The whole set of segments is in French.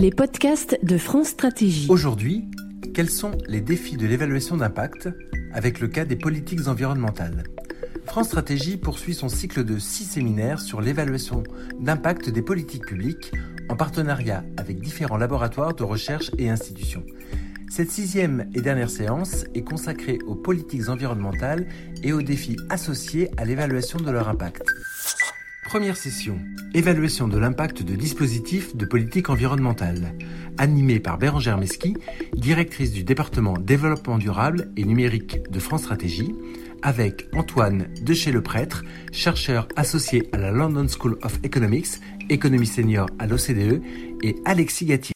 Les podcasts de France Stratégie. Aujourd'hui, quels sont les défis de l'évaluation d'impact avec le cas des politiques environnementales ? France Stratégie poursuit son cycle de 6 séminaires sur l'évaluation d'impact des politiques publiques en partenariat avec différents laboratoires de recherche et institutions. Cette 6e et dernière séance est consacrée aux politiques environnementales et aux défis associés à l'évaluation de leur impact. Première session, évaluation de l'impact de dispositifs de politique environnementale, animée par Bérengère Mesqui, directrice du département développement durable et numérique de France Stratégie, avec Antoine Dechez-Leprêtre, chercheur associé à la London School of Economics, économie senior à l'OCDE, et Alexis Gatier.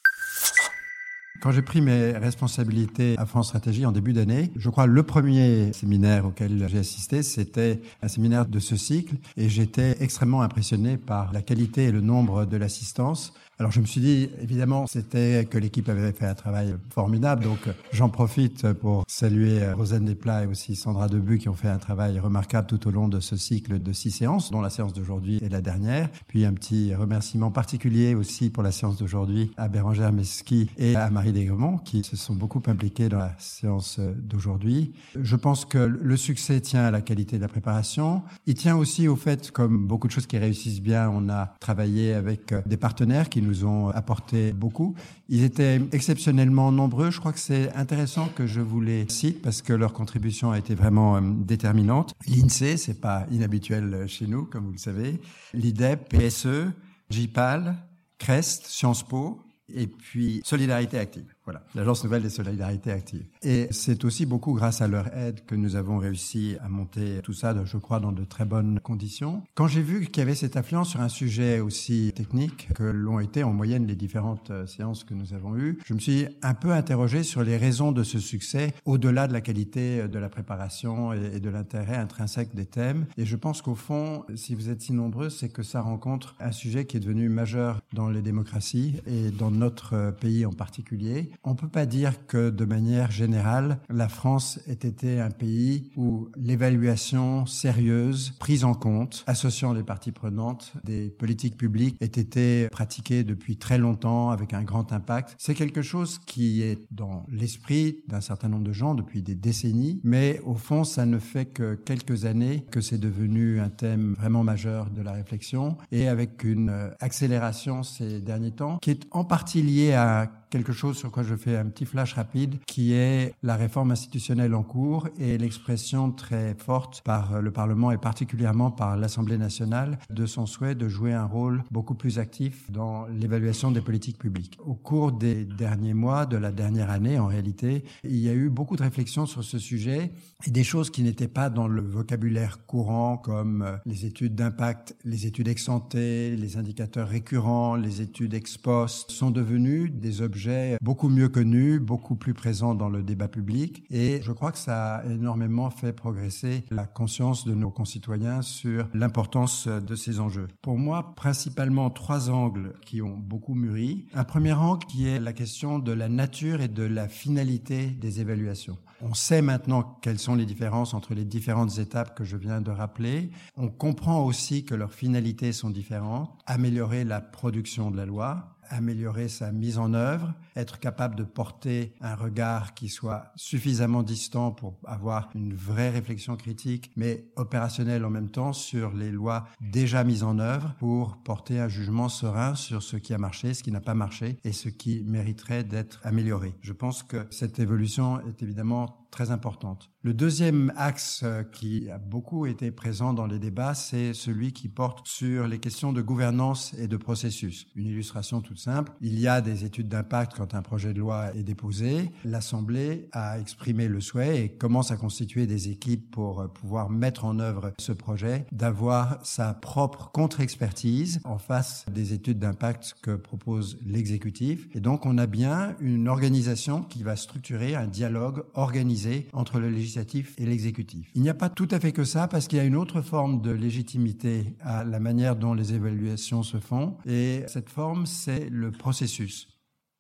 Quand j'ai pris mes responsabilités à France Stratégie en début d'année, je crois le premier séminaire auquel j'ai assisté, c'était un séminaire de ce cycle et j'étais extrêmement impressionné par la qualité et le nombre de l'assistance. Alors je me suis dit, évidemment, c'était que l'équipe avait fait un travail formidable, donc j'en profite pour saluer Rosanne Desplat et aussi Sandra Debu qui ont fait un travail remarquable tout au long de ce cycle de 6 séances, dont la séance d'aujourd'hui est la dernière. Puis un petit remerciement particulier aussi pour la séance d'aujourd'hui à Bérengère Mesqui et à Marie Desgremont qui se sont beaucoup impliqués dans la séance d'aujourd'hui. Je pense que le succès tient à la qualité de la préparation. Il tient aussi au fait, comme beaucoup de choses qui réussissent bien, on a travaillé avec des partenaires qui nous ont apporté beaucoup. Ils étaient exceptionnellement nombreux. Je crois que c'est intéressant que je vous les cite parce que leur contribution a été vraiment déterminante. L'INSEE, c'est pas inhabituel chez nous, comme vous le savez. L'IDEP, PSE, JPAL, CREST, Sciences Po, et puis Solidarité Active. Voilà, l'Agence Nouvelle des Solidarités Actives. Et c'est aussi beaucoup grâce à leur aide que nous avons réussi à monter tout ça, je crois, dans de très bonnes conditions. Quand j'ai vu qu'il y avait cette affluence sur un sujet aussi technique que l'ont été en moyenne les différentes séances que nous avons eues, je me suis un peu interrogé sur les raisons de ce succès, au-delà de la qualité de la préparation et de l'intérêt intrinsèque des thèmes. Et je pense qu'au fond, si vous êtes si nombreux, c'est que ça rencontre un sujet qui est devenu majeur dans les démocraties et dans notre pays en particulier. On peut pas dire que de manière générale, la France ait été un pays où l'évaluation sérieuse, prise en compte, associant les parties prenantes des politiques publiques ait été pratiquée depuis très longtemps avec un grand impact. C'est quelque chose qui est dans l'esprit d'un certain nombre de gens depuis des décennies, mais au fond, ça ne fait que quelques années que c'est devenu un thème vraiment majeur de la réflexion et avec une accélération ces derniers temps qui est en partie liée à quelque chose sur quoi je fais un petit flash rapide, qui est la réforme institutionnelle en cours et l'expression très forte par le Parlement et particulièrement par l'Assemblée nationale de son souhait de jouer un rôle beaucoup plus actif dans l'évaluation des politiques publiques. Au cours des derniers mois, de la dernière année en réalité, il y a eu beaucoup de réflexions sur ce sujet et des choses qui n'étaient pas dans le vocabulaire courant comme les études d'impact, les études ex ante, les indicateurs récurrents, les études ex post sont devenues des objets beaucoup mieux connus, beaucoup plus présents dans le débat public et je crois que ça a énormément fait progresser la conscience de nos concitoyens sur l'importance de ces enjeux. Pour moi, principalement 3 angles qui ont beaucoup mûri. Un premier angle qui est la question de la nature et de la finalité des évaluations. On sait maintenant quelles sont les différences entre les différentes étapes que je viens de rappeler. On comprend aussi que leurs finalités sont différentes. Améliorer la production de la loi, améliorer sa mise en œuvre, être capable de porter un regard qui soit suffisamment distant pour avoir une vraie réflexion critique, mais opérationnelle en même temps sur les lois déjà mises en œuvre pour porter un jugement serein sur ce qui a marché, ce qui n'a pas marché et ce qui mériterait d'être amélioré. Je pense que cette évolution est évidemment très importante. Le deuxième axe qui a beaucoup été présent dans les débats, c'est celui qui porte sur les questions de gouvernance et de processus. Une illustration toute simple, il y a des études d'impact quand un projet de loi est déposé. L'Assemblée a exprimé le souhait et commence à constituer des équipes pour pouvoir mettre en œuvre ce projet, d'avoir sa propre contre-expertise en face des études d'impact que propose l'exécutif. Et donc on a bien une organisation qui va structurer un dialogue organisé entre le législatif et l'exécutif. Il n'y a pas tout à fait que ça parce qu'il y a une autre forme de légitimité à la manière dont les évaluations se font et cette forme, c'est le processus.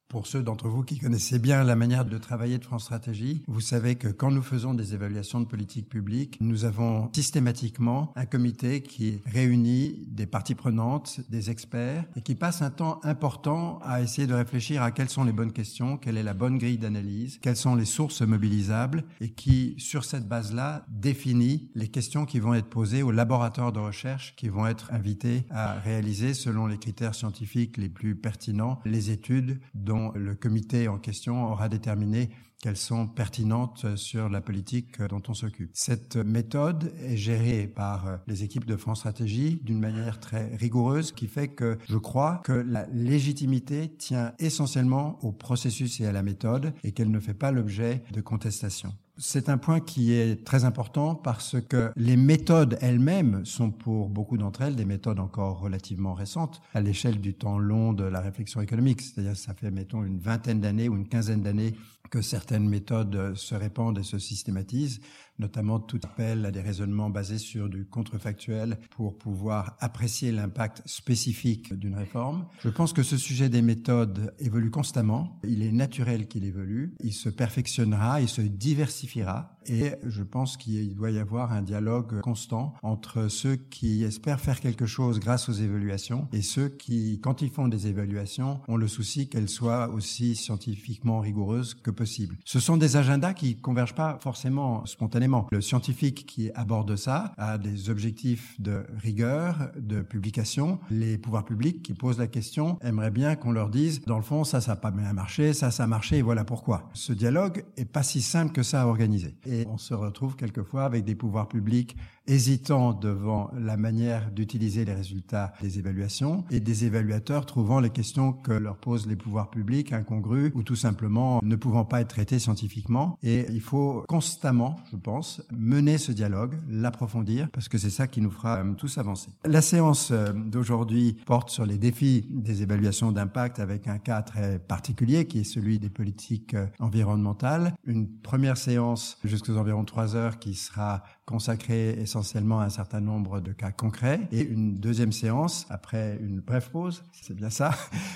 Pour ceux d'entre vous qui connaissez bien la manière de travailler de France Stratégie, vous savez que quand nous faisons des évaluations de politique publique, nous avons systématiquement un comité qui réunit des parties prenantes, des experts, et qui passe un temps important à essayer de réfléchir à quelles sont les bonnes questions, quelle est la bonne grille d'analyse, quelles sont les sources mobilisables, et qui, sur cette base-là, définit les questions qui vont être posées aux laboratoires de recherche qui vont être invités à réaliser, selon les critères scientifiques les plus pertinents, les études dont le comité en question aura déterminé qu'elles sont pertinentes sur la politique dont on s'occupe. Cette méthode est gérée par les équipes de France Stratégie d'une manière très rigoureuse qui fait que je crois que la légitimité tient essentiellement au processus et à la méthode et qu'elle ne fait pas l'objet de contestation. C'est un point qui est très important parce que les méthodes elles-mêmes sont pour beaucoup d'entre elles des méthodes encore relativement récentes à l'échelle du temps long de la réflexion économique. C'est-à-dire que ça fait, mettons, une vingtaine d'années ou une quinzaine d'années que certaines méthodes se répandent et se systématisent, notamment tout appel à des raisonnements basés sur du contrefactuel pour pouvoir apprécier l'impact spécifique d'une réforme. Je pense que ce sujet des méthodes évolue constamment. Il est naturel qu'il évolue. Il se perfectionnera, il se diversifiera. Et je pense qu'il doit y avoir un dialogue constant entre ceux qui espèrent faire quelque chose grâce aux évaluations et ceux qui, quand ils font des évaluations, ont le souci qu'elles soient aussi scientifiquement rigoureuses que possible. Ce sont des agendas qui convergent pas forcément spontanément. Le scientifique qui aborde ça a des objectifs de rigueur, de publication. Les pouvoirs publics qui posent la question aimeraient bien qu'on leur dise, dans le fond, ça n'a pas bien marché, ça a marché et voilà pourquoi. Ce dialogue est pas si simple que ça à organiser. Et on se retrouve quelquefois avec des pouvoirs publics hésitant devant la manière d'utiliser les résultats des évaluations et des évaluateurs trouvant les questions que leur posent les pouvoirs publics incongrues ou tout simplement ne pouvant pas être traitées scientifiquement. Et il faut constamment, je pense, mener ce dialogue, l'approfondir, parce que c'est ça qui nous fera tous avancer. La séance d'aujourd'hui porte sur les défis des évaluations d'impact avec un cas très particulier qui est celui des politiques environnementales. Une première séance jusqu'aux environ 3 heures qui sera consacrée essentiellement à un certain nombre de cas concrets et une deuxième séance après une brève pause, c'est bien ça,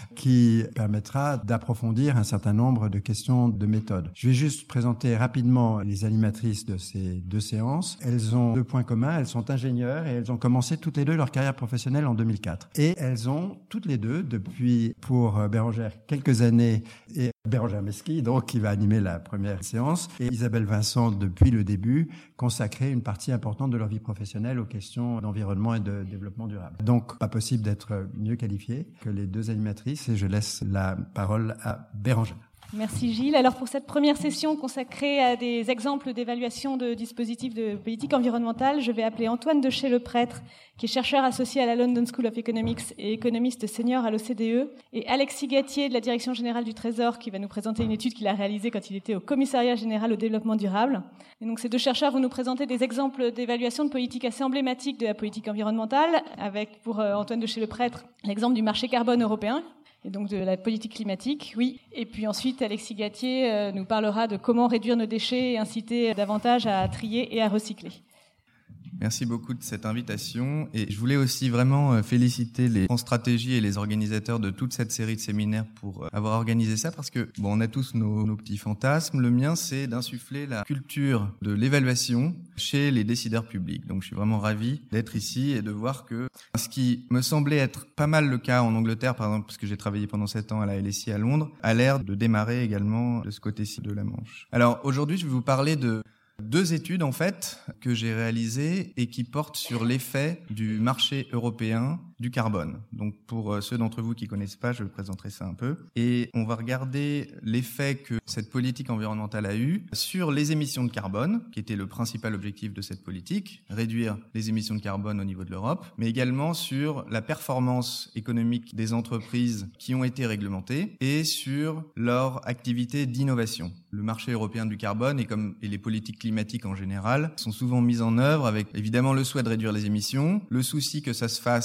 qui permettra d'approfondir un certain nombre de questions de méthode. Je vais juste présenter rapidement les animatrices de ces 2 séances. Elles ont 2 points communs, elles sont ingénieures et elles ont commencé toutes les 2 leur carrière professionnelle en 2004. Et elles ont toutes les 2, depuis pour Bérangère quelques années et Bérangère Mesqui, donc qui va animer la première séance, et Isabelle Vincent depuis le début, consacré une partie importante de leur vie professionnelle aux questions d'environnement et de développement durable. Donc, pas possible d'être mieux qualifié que les 2 animatrices et je laisse la parole à Bérangère. Merci Gilles. Alors pour cette première session consacrée à des exemples d'évaluation de dispositifs de politique environnementale, je vais appeler Antoine Deschet-Leprêtre, qui est chercheur associé à la London School of Economics et économiste senior à l'OCDE, et Alexis Gatier de la Direction générale du Trésor, qui va nous présenter une étude qu'il a réalisée quand il était au Commissariat général au développement durable. Et donc ces 2 chercheurs vont nous présenter des exemples d'évaluation de politique assez emblématiques de la politique environnementale, avec pour Antoine Deschet-Leprêtre l'exemple du marché carbone européen, et donc de la politique climatique, oui. Et puis ensuite, Alexis Gatier nous parlera de comment réduire nos déchets et inciter davantage à trier et à recycler. Merci beaucoup de cette invitation et je voulais aussi vraiment féliciter les France Stratégie et les organisateurs de toute cette série de séminaires pour avoir organisé ça parce que bon, on a tous nos petits fantasmes. Le mien, c'est d'insuffler la culture de l'évaluation chez les décideurs publics. Donc je suis vraiment ravi d'être ici et de voir que ce qui me semblait être pas mal le cas en Angleterre, par exemple, parce que j'ai travaillé pendant 7 ans à la LSI à Londres, a l'air de démarrer également de ce côté-ci de la Manche. Alors aujourd'hui, je vais vous parler de 2 études en fait que j'ai réalisées et qui portent sur l'effet du marché européen du carbone. Donc pour ceux d'entre vous qui connaissent pas, je présenterai ça un peu. Et on va regarder l'effet que cette politique environnementale a eu sur les émissions de carbone, qui était le principal objectif de cette politique, réduire les émissions de carbone au niveau de l'Europe, mais également sur la performance économique des entreprises qui ont été réglementées et sur leur activité d'innovation. Le marché européen du carbone et les politiques climatiques en général sont souvent mises en œuvre avec évidemment le souhait de réduire les émissions, le souci que ça se fasse au coût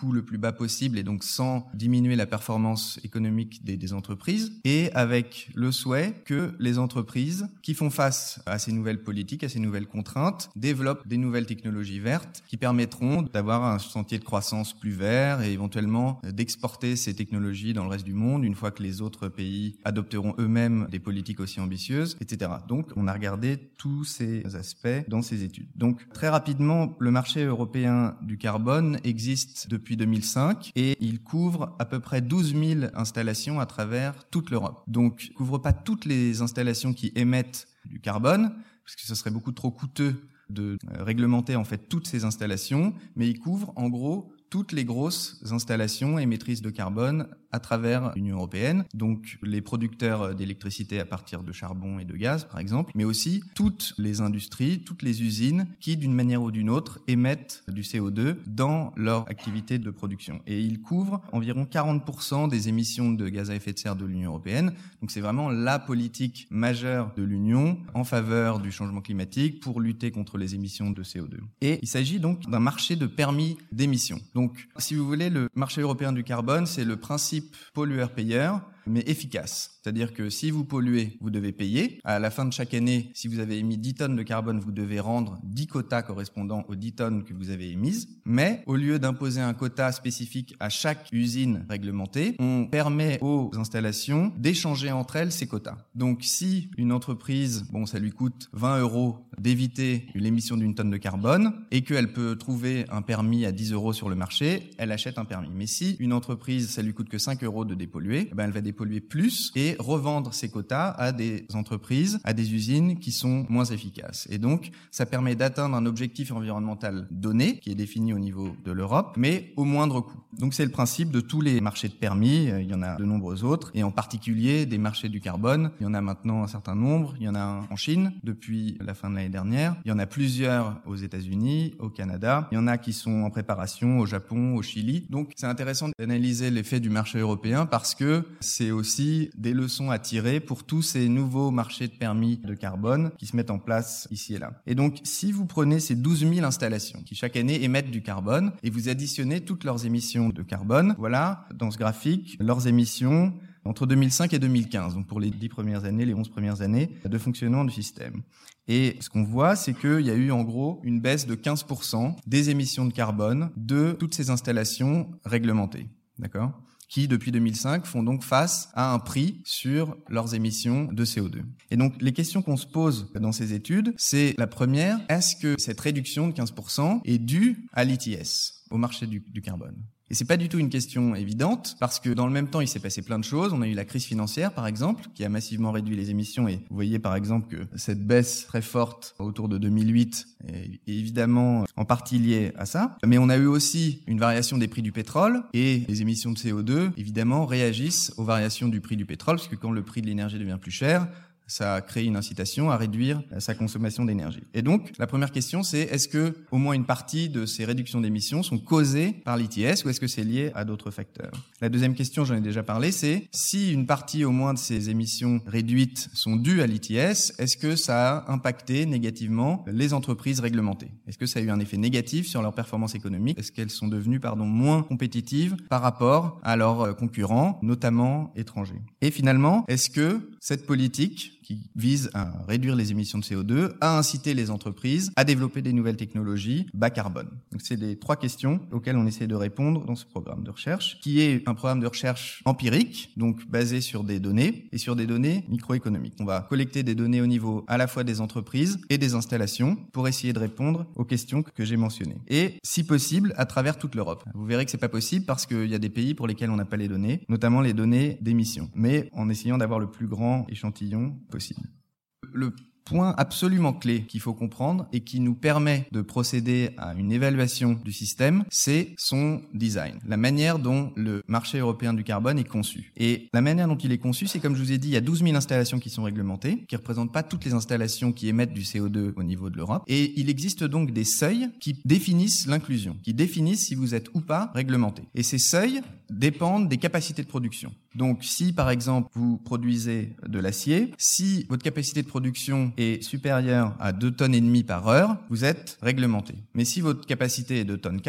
coût le plus bas possible et donc sans diminuer la performance économique des entreprises, et avec le souhait que les entreprises qui font face à ces nouvelles politiques, à ces nouvelles contraintes, développent des nouvelles technologies vertes qui permettront d'avoir un sentier de croissance plus vert et éventuellement d'exporter ces technologies dans le reste du monde une fois que les autres pays adopteront eux-mêmes des politiques aussi ambitieuses, etc. Donc, on a regardé tous ces aspects dans ces études. Donc, très rapidement, le marché européen du carbone existe depuis 2005 et il couvre à peu près 12 000 installations à travers toute l'Europe. Donc, il ne couvre pas toutes les installations qui émettent du carbone, parce que ce serait beaucoup trop coûteux de réglementer en fait toutes ces installations, mais il couvre en gros toutes les grosses installations émettrices de carbone à travers l'Union européenne, donc les producteurs d'électricité à partir de charbon et de gaz, par exemple, mais aussi toutes les industries, toutes les usines qui, d'une manière ou d'une autre, émettent du CO2 dans leur activité de production. Et il couvre environ 40% des émissions de gaz à effet de serre de l'Union européenne. Donc c'est vraiment la politique majeure de l'Union en faveur du changement climatique pour lutter contre les émissions de CO2. Et il s'agit donc d'un marché de permis d'émission. Donc, si vous voulez, le marché européen du carbone, c'est le principe pollueur-payeur, mais efficace. C'est-à-dire que si vous polluez, vous devez payer. À la fin de chaque année, si vous avez émis 10 tonnes de carbone, vous devez rendre 10 quotas correspondant aux 10 tonnes que vous avez émises. Mais au lieu d'imposer un quota spécifique à chaque usine réglementée, on permet aux installations d'échanger entre elles ces quotas. Donc si une entreprise, ça lui coûte 20 € d'éviter l'émission d'une tonne de carbone et qu'elle peut trouver un permis à 10 € sur le marché, elle achète un permis. Mais si une entreprise, ça lui coûte que 5 € de dépolluer, elle va dépolluer plus et revendre ces quotas à des entreprises, à des usines qui sont moins efficaces. Et donc, ça permet d'atteindre un objectif environnemental donné, qui est défini au niveau de l'Europe, mais au moindre coût. Donc, c'est le principe de tous les marchés de permis. Il y en a de nombreux autres, et en particulier des marchés du carbone. Il y en a maintenant un certain nombre. Il y en a un en Chine depuis la fin de l'année dernière. Il y en a plusieurs aux États-Unis, au Canada. Il y en a qui sont en préparation au Japon, au Chili. Donc, c'est intéressant d'analyser l'effet du marché européen parce que c'est aussi des leçons à tirer pour tous ces nouveaux marchés de permis de carbone qui se mettent en place ici et là. Et donc, si vous prenez ces 12 000 installations qui chaque année émettent du carbone et vous additionnez toutes leurs émissions de carbone, voilà, dans ce graphique, leurs émissions entre 2005 et 2015, donc pour les 10 premières années, les 11 premières années de fonctionnement du système. Et ce qu'on voit, c'est qu'il y a eu en gros une baisse de 15% des émissions de carbone de toutes ces installations réglementées. D'accord ? Qui, depuis 2005, font donc face à un prix sur leurs émissions de CO2. Et donc, les questions qu'on se pose dans ces études, c'est la première, est-ce que cette réduction de 15% est due à l'ETS, au marché du carbone ? Et c'est pas du tout une question évidente, parce que dans le même temps, il s'est passé plein de choses. On a eu la crise financière, par exemple, qui a massivement réduit les émissions. Et vous voyez, par exemple, que cette baisse très forte autour de 2008 est évidemment en partie liée à ça. Mais on a eu aussi une variation des prix du pétrole, et les émissions de CO2, évidemment, réagissent aux variations du prix du pétrole, parce que quand le prix de l'énergie devient plus cher, ça crée une incitation à réduire sa consommation d'énergie. Et donc, la première question, c'est est-ce que au moins une partie de ces réductions d'émissions sont causées par l'ETS ou est-ce que c'est lié à d'autres facteurs ? La deuxième question, j'en ai déjà parlé, c'est si une partie au moins de ces émissions réduites sont dues à l'ETS, est-ce que ça a impacté négativement les entreprises réglementées ? Est-ce que ça a eu un effet négatif sur leur performance économique ? Est-ce qu'elles sont devenues, moins compétitives par rapport à leurs concurrents, notamment étrangers ? Et finalement, est-ce que cette politique qui vise à réduire les émissions de CO2, à inciter les entreprises à développer des nouvelles technologies bas carbone. Donc c'est les 3 questions auxquelles on essaie de répondre dans ce programme de recherche, qui est un programme de recherche empirique, donc basé sur des données et sur des données microéconomiques. On va collecter des données au niveau à la fois des entreprises et des installations pour essayer de répondre aux questions que j'ai mentionnées. Et si possible, à travers toute l'Europe. Vous verrez que c'est pas possible parce qu'il y a des pays pour lesquels on n'a pas les données, notamment les données d'émissions, mais en essayant d'avoir le plus grand échantillon possible. Le point absolument clé qu'il faut comprendre et qui nous permet de procéder à une évaluation du système, c'est son design, la manière dont le marché européen du carbone est conçu. Et la manière dont il est conçu, c'est comme je vous ai dit, il y a 12 000 installations qui sont réglementées, qui ne représentent pas toutes les installations qui émettent du CO2 au niveau de l'Europe. Et il existe donc des seuils qui définissent l'inclusion, qui définissent si vous êtes ou pas réglementé. Et ces seuils dépendent des capacités de production. Donc si par exemple vous produisez de l'acier, si votre capacité de production est supérieure à 2,5 tonnes par heure, vous êtes réglementé. Mais si votre capacité est 2,4 tonnes,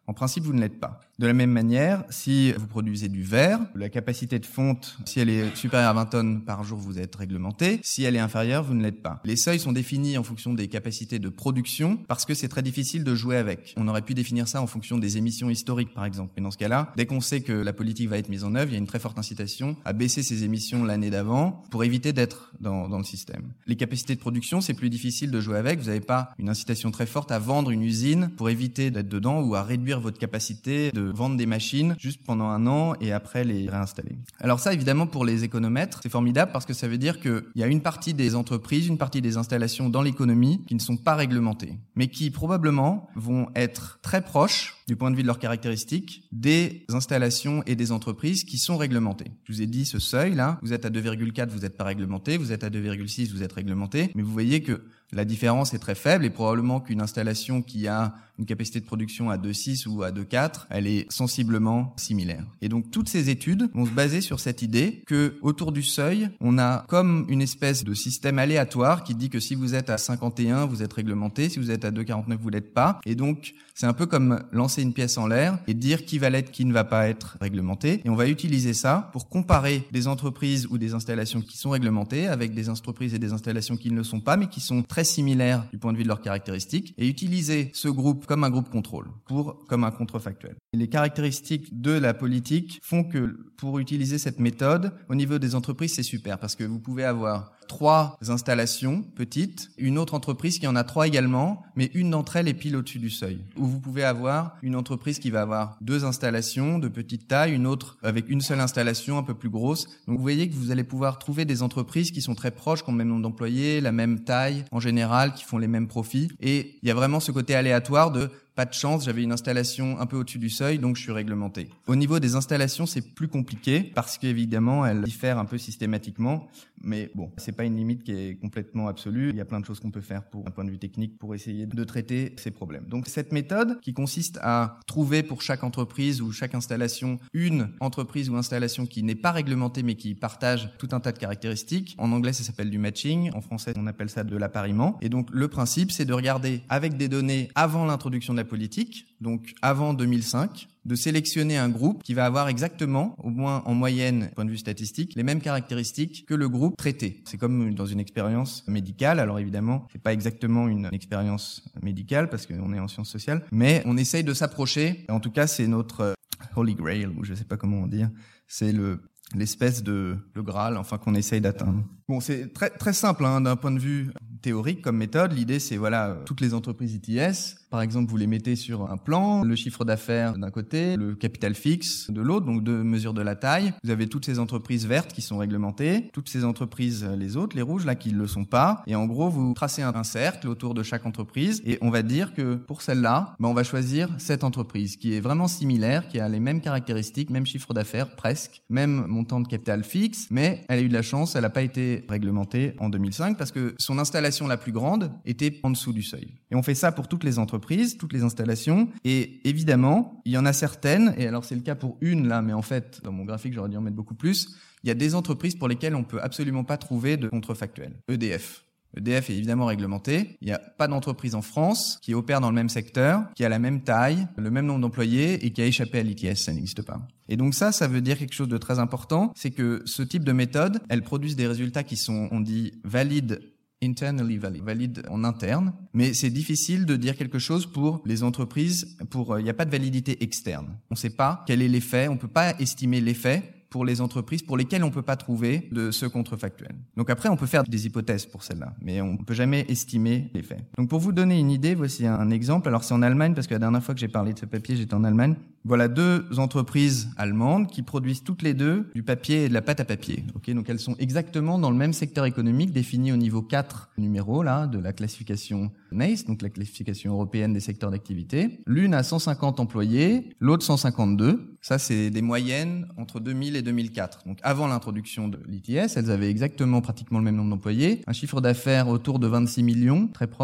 En principe, vous ne l'êtes pas. De la même manière, si vous produisez du verre, la capacité de fonte, si elle est supérieure à 20 tonnes par jour, vous êtes réglementé. Si elle est inférieure, vous ne l'êtes pas. Les seuils sont définis en fonction des capacités de production parce que c'est très difficile de jouer avec. On aurait pu définir ça en fonction des émissions historiques, par exemple. Mais dans ce cas-là, dès qu'on sait que la politique va être mise en œuvre, il y a une très forte incitation à baisser ses émissions l'année d'avant pour éviter d'être dans le système. Les capacités de production, c'est plus difficile de jouer avec. Vous n'avez pas une incitation très forte à vendre une usine pour éviter d'être dedans ou à réduire votre capacité de vendre des machines juste pendant un an et après les réinstaller. Alors ça, évidemment, pour les économètres, c'est formidable parce que ça veut dire qu'il y a une partie des entreprises, une partie des installations dans l'économie qui ne sont pas réglementées, mais qui probablement vont être très proches du point de vue de leurs caractéristiques, des installations et des entreprises qui sont réglementées. Je vous ai dit ce seuil-là, vous êtes à 2,4, vous n'êtes pas réglementé, vous êtes à 2,6, vous êtes réglementé, mais vous voyez que la différence est très faible et probablement qu'une installation qui a une capacité de production à 2,6 ou à 2,4, elle est sensiblement similaire. Et donc toutes ces études vont se baser sur cette idée que autour du seuil, on a comme une espèce de système aléatoire qui dit que si vous êtes à 51, vous êtes réglementé, si vous êtes à 2,49, vous l'êtes pas. Et donc c'est un peu comme lancer une pièce en l'air et dire qui va l'être, qui ne va pas être réglementé. Et on va utiliser ça pour comparer des entreprises ou des installations qui sont réglementées avec des entreprises et des installations qui ne le sont pas, mais qui sont très similaires du point de vue de leurs caractéristiques, et utiliser ce groupe comme un groupe contrôle, comme un contrefactuel. Et les caractéristiques de la politique font que pour utiliser cette méthode, au niveau des entreprises, c'est super, parce que vous pouvez avoir 3 installations petites, une autre entreprise qui en a 3 également, mais une d'entre elles est pile au-dessus du seuil. Ou vous pouvez avoir une entreprise qui va avoir 2 installations de petite taille, une autre avec une seule installation un peu plus grosse. Donc vous voyez que vous allez pouvoir trouver des entreprises qui sont très proches, qui ont le même nombre d'employés, la même taille en général, qui font les mêmes profits. Et il y a vraiment ce côté aléatoire de pas de chance, j'avais une installation un peu au-dessus du seuil, donc je suis réglementé. Au niveau des installations, c'est plus compliqué parce qu'évidemment, elles diffèrent un peu systématiquement. Mais bon, c'est pas une limite qui est complètement absolue. Il y a plein de choses qu'on peut faire pour un point de vue technique pour essayer de traiter ces problèmes. Donc cette méthode qui consiste à trouver pour chaque entreprise ou chaque installation une entreprise ou installation qui n'est pas réglementée mais qui partage tout un tas de caractéristiques. En anglais, ça s'appelle du matching. En français, on appelle ça de l'appariement. Et donc le principe, c'est de regarder avec des données avant l'introduction de la politique, donc avant 2005, de sélectionner un groupe qui va avoir exactement, au moins en moyenne, point de vue statistique, les mêmes caractéristiques que le groupe traité. C'est comme dans une expérience médicale. Alors évidemment, c'est pas exactement une expérience médicale parce qu'on est en sciences sociales, mais on essaye de s'approcher. En tout cas, c'est notre Holy Grail, ou je sais pas comment on dit. C'est l'espèce de Graal, enfin, qu'on essaye d'atteindre. Bon, c'est très, très simple, d'un point de vue théorique comme méthode. L'idée, c'est, toutes les entreprises ITS, par exemple, vous les mettez sur un plan, le chiffre d'affaires d'un côté, le capital fixe de l'autre, donc 2 mesures de la taille. Vous avez toutes ces entreprises vertes qui sont réglementées, toutes ces entreprises, les autres, les rouges, là, qui ne le sont pas. Et en gros, vous tracez un cercle autour de chaque entreprise et on va dire que pour celle-là, on va choisir cette entreprise qui est vraiment similaire, qui a les mêmes caractéristiques, même chiffre d'affaires, presque, même montant de capital fixe, mais elle a eu de la chance, elle n'a pas été réglementée en 2005 parce que son installation la plus grande était en dessous du seuil. Et on fait ça pour toutes les entreprises, toutes les installations. Et évidemment, il y en a certaines, et alors c'est le cas pour une là, mais en fait, dans mon graphique, j'aurais dû en mettre beaucoup plus, il y a des entreprises pour lesquelles on peut absolument pas trouver de contrefactuel. EDF. EDF est évidemment réglementé. Il n'y a pas d'entreprise en France qui opère dans le même secteur, qui a la même taille, le même nombre d'employés et qui a échappé à l'ITS. Ça n'existe pas. Et donc ça veut dire quelque chose de très important. C'est que ce type de méthode, elles produisent des résultats qui sont, on dit, valides internally valide en interne, mais c'est difficile de dire quelque chose pour les entreprises, il n'y a pas de validité externe. On ne sait pas quel est l'effet, on ne peut pas estimer l'effet pour les entreprises pour lesquelles on ne peut pas trouver de ce contrefactuel. Donc après, on peut faire des hypothèses pour celles-là, mais on ne peut jamais estimer l'effet. Donc pour vous donner une idée, voici un exemple. Alors c'est en Allemagne, parce que la dernière fois que j'ai parlé de ce papier, j'étais en Allemagne. Voilà 2 entreprises allemandes qui produisent toutes les 2 du papier et de la pâte à papier. Okay, donc elles sont exactement dans le même secteur économique défini au niveau 4 numéro là, de la classification NACE, donc la classification européenne des secteurs d'activité. L'une a 150 employés, l'autre 152. Ça, c'est des moyennes entre 2000 et 2004. Donc avant l'introduction de l'ITS, elles avaient exactement pratiquement le même nombre d'employés, un chiffre d'affaires autour de 26 millions, très proche,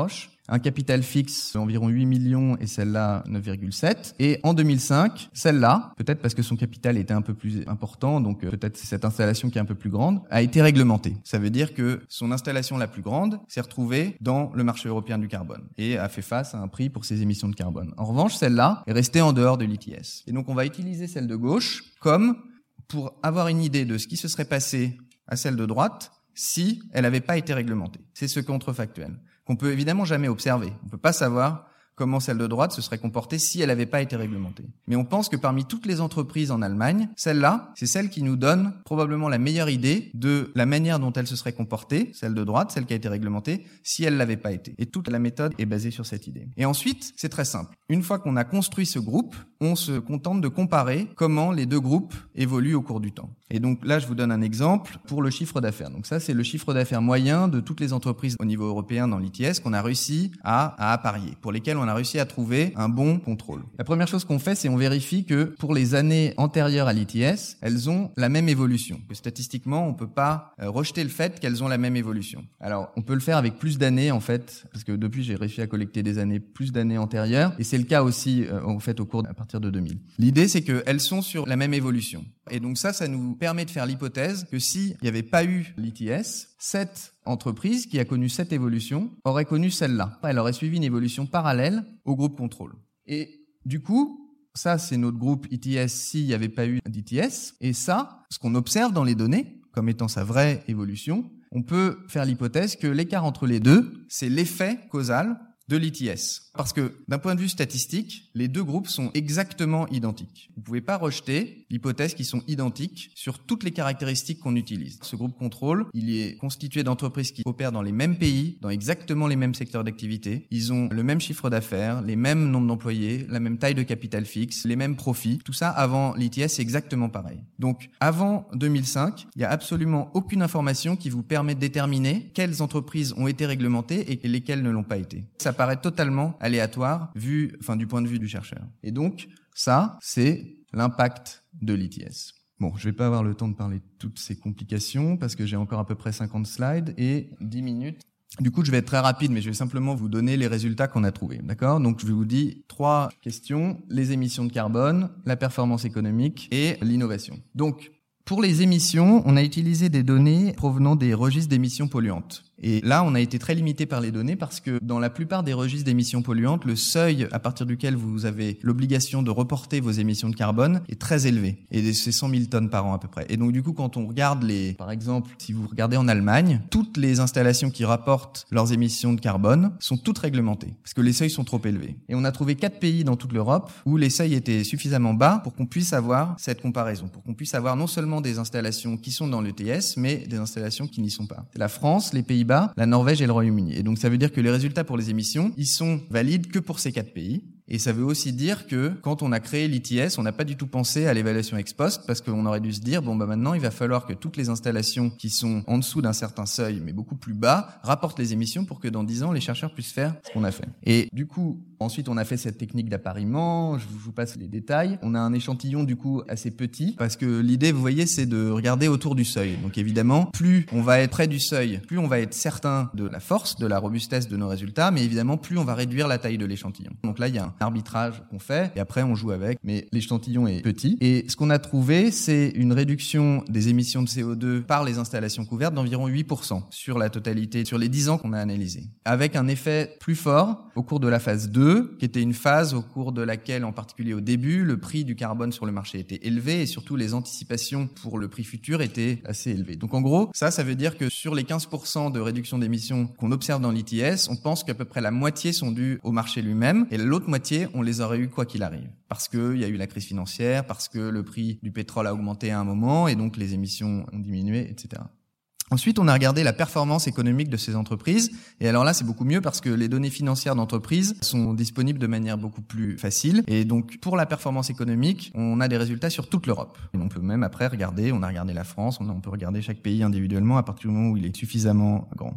un capital fixe d'environ 8 millions et celle-là 9,7. Et en 2005, celle-là, peut-être parce que son capital était un peu plus important, donc peut-être c'est cette installation qui est un peu plus grande, a été réglementée. Ça veut dire que son installation la plus grande s'est retrouvée dans le marché européen du carbone et a fait face à un prix pour ses émissions de carbone. En revanche, celle-là est restée en dehors de l'ETS. Et donc on va utiliser celle de gauche comme pour avoir une idée de ce qui se serait passé à celle de droite si elle n'avait pas été réglementée. C'est ce contrefactuel qu'on peut évidemment jamais observer. On peut pas savoir comment celle de droite se serait comportée si elle n'avait pas été réglementée. Mais on pense que parmi toutes les entreprises en Allemagne, celle-là, c'est celle qui nous donne probablement la meilleure idée de la manière dont elle se serait comportée, celle de droite, celle qui a été réglementée, si elle l'avait pas été. Et toute la méthode est basée sur cette idée. Et ensuite, c'est très simple. Une fois qu'on a construit ce groupe, on se contente de comparer comment les deux groupes évoluent au cours du temps. Et donc là, je vous donne un exemple pour le chiffre d'affaires. Donc ça, c'est le chiffre d'affaires moyen de toutes les entreprises au niveau européen dans l'ETS qu'on a réussi à apparier, pour lesquelles on a réussi à trouver un bon contrôle. La première chose qu'on fait, c'est on vérifie que pour les années antérieures à l'ETS, elles ont la même évolution. Que statistiquement, on peut pas rejeter le fait qu'elles ont la même évolution. Alors, on peut le faire avec plus d'années, en fait, parce que depuis, j'ai réussi à collecter plus d'années antérieures, et c'est le cas aussi, en fait, à partir de 2000. L'idée, c'est qu'elles sont sur la même évolution. Et donc ça nous permet de faire l'hypothèse que s'il n'y avait pas eu l'ETS, cette entreprise qui a connu cette évolution aurait connu celle-là. Elle aurait suivi une évolution parallèle au groupe contrôle. Et du coup, ça c'est notre groupe ETS s'il n'y avait pas eu d'ETS. Et ça, ce qu'on observe dans les données, comme étant sa vraie évolution, on peut faire l'hypothèse que l'écart entre les deux, c'est l'effet causal de l'ETS. Parce que d'un point de vue statistique, les deux groupes sont exactement identiques. Vous ne pouvez pas rejeter l'hypothèse qu'ils sont identiques sur toutes les caractéristiques qu'on utilise. Ce groupe contrôle, il est constitué d'entreprises qui opèrent dans les mêmes pays, dans exactement les mêmes secteurs d'activité. Ils ont le même chiffre d'affaires, les mêmes nombres d'employés, la même taille de capital fixe, les mêmes profits. Tout ça avant l'ETS, c'est exactement pareil. Donc avant 2005, il n'y a absolument aucune information qui vous permet de déterminer quelles entreprises ont été réglementées et lesquelles ne l'ont pas été. Ça paraît totalement aléatoire du point de vue du chercheur. Et donc, ça, c'est l'impact de l'ETS. Bon, je vais pas avoir le temps de parler de toutes ces complications parce que j'ai encore à peu près 50 slides et 10 minutes. Du coup, je vais être très rapide, mais je vais simplement vous donner les résultats qu'on a trouvés. D'accord ? Donc, je vous dis 3 questions. Les émissions de carbone, la performance économique et l'innovation. Donc, pour les émissions, on a utilisé des données provenant des registres d'émissions polluantes. Et là, on a été très limité par les données parce que dans la plupart des registres d'émissions polluantes, le seuil à partir duquel vous avez l'obligation de reporter vos émissions de carbone est très élevé. Et c'est 100 000 tonnes par an à peu près. Et donc du coup, quand on regarde par exemple, si vous regardez en Allemagne, toutes les installations qui rapportent leurs émissions de carbone sont toutes réglementées parce que les seuils sont trop élevés. Et on a trouvé 4 pays dans toute l'Europe où les seuils étaient suffisamment bas pour qu'on puisse avoir cette comparaison, pour qu'on puisse avoir non seulement des installations qui sont dans l'ETS, mais des installations qui n'y sont pas. C'est la France, les Pays-Bas, la Norvège et le Royaume-Uni. Et donc ça veut dire que les résultats pour les émissions, ils sont valides que pour ces 4 pays. Et ça veut aussi dire que quand on a créé l'ETS, on n'a pas du tout pensé à l'évaluation ex post parce qu'on aurait dû se dire maintenant il va falloir que toutes les installations qui sont en dessous d'un certain seuil mais beaucoup plus bas rapportent les émissions pour que dans 10 ans les chercheurs puissent faire ce qu'on a fait. Et du coup, ensuite on a fait cette technique d'appariement, je vous passe les détails. On a un échantillon du coup assez petit parce que l'idée, vous voyez, c'est de regarder autour du seuil. Donc évidemment, plus on va être près du seuil, plus on va être certain de la force, de la robustesse de nos résultats, mais évidemment plus on va réduire la taille de l'échantillon. Donc là, il y a un arbitrage qu'on fait et après on joue avec, mais l'échantillon est petit. Et ce qu'on a trouvé, c'est une réduction des émissions de CO2 par les installations couvertes d'environ 8% sur la totalité, sur les 10 ans qu'on a analysés. Avec un effet plus fort au cours de la phase 2, qui était une phase au cours de laquelle, en particulier au début, le prix du carbone sur le marché était élevé et surtout les anticipations pour le prix futur étaient assez élevées. Donc en gros, ça veut dire que sur les 15% de réduction d'émissions qu'on observe dans l'ETS, on pense qu'à peu près la moitié sont dues au marché lui-même et l'autre moitié, on les aurait eu quoi qu'il arrive. Parce qu'il y a eu la crise financière, parce que le prix du pétrole a augmenté à un moment et donc les émissions ont diminué, etc. Ensuite, on a regardé la performance économique de ces entreprises. Et alors là, c'est beaucoup mieux parce que les données financières d'entreprise sont disponibles de manière beaucoup plus facile. Et donc, pour la performance économique, on a des résultats sur toute l'Europe. Et on peut même après regarder, on a regardé la France, on peut regarder chaque pays individuellement à partir du moment où il est suffisamment grand.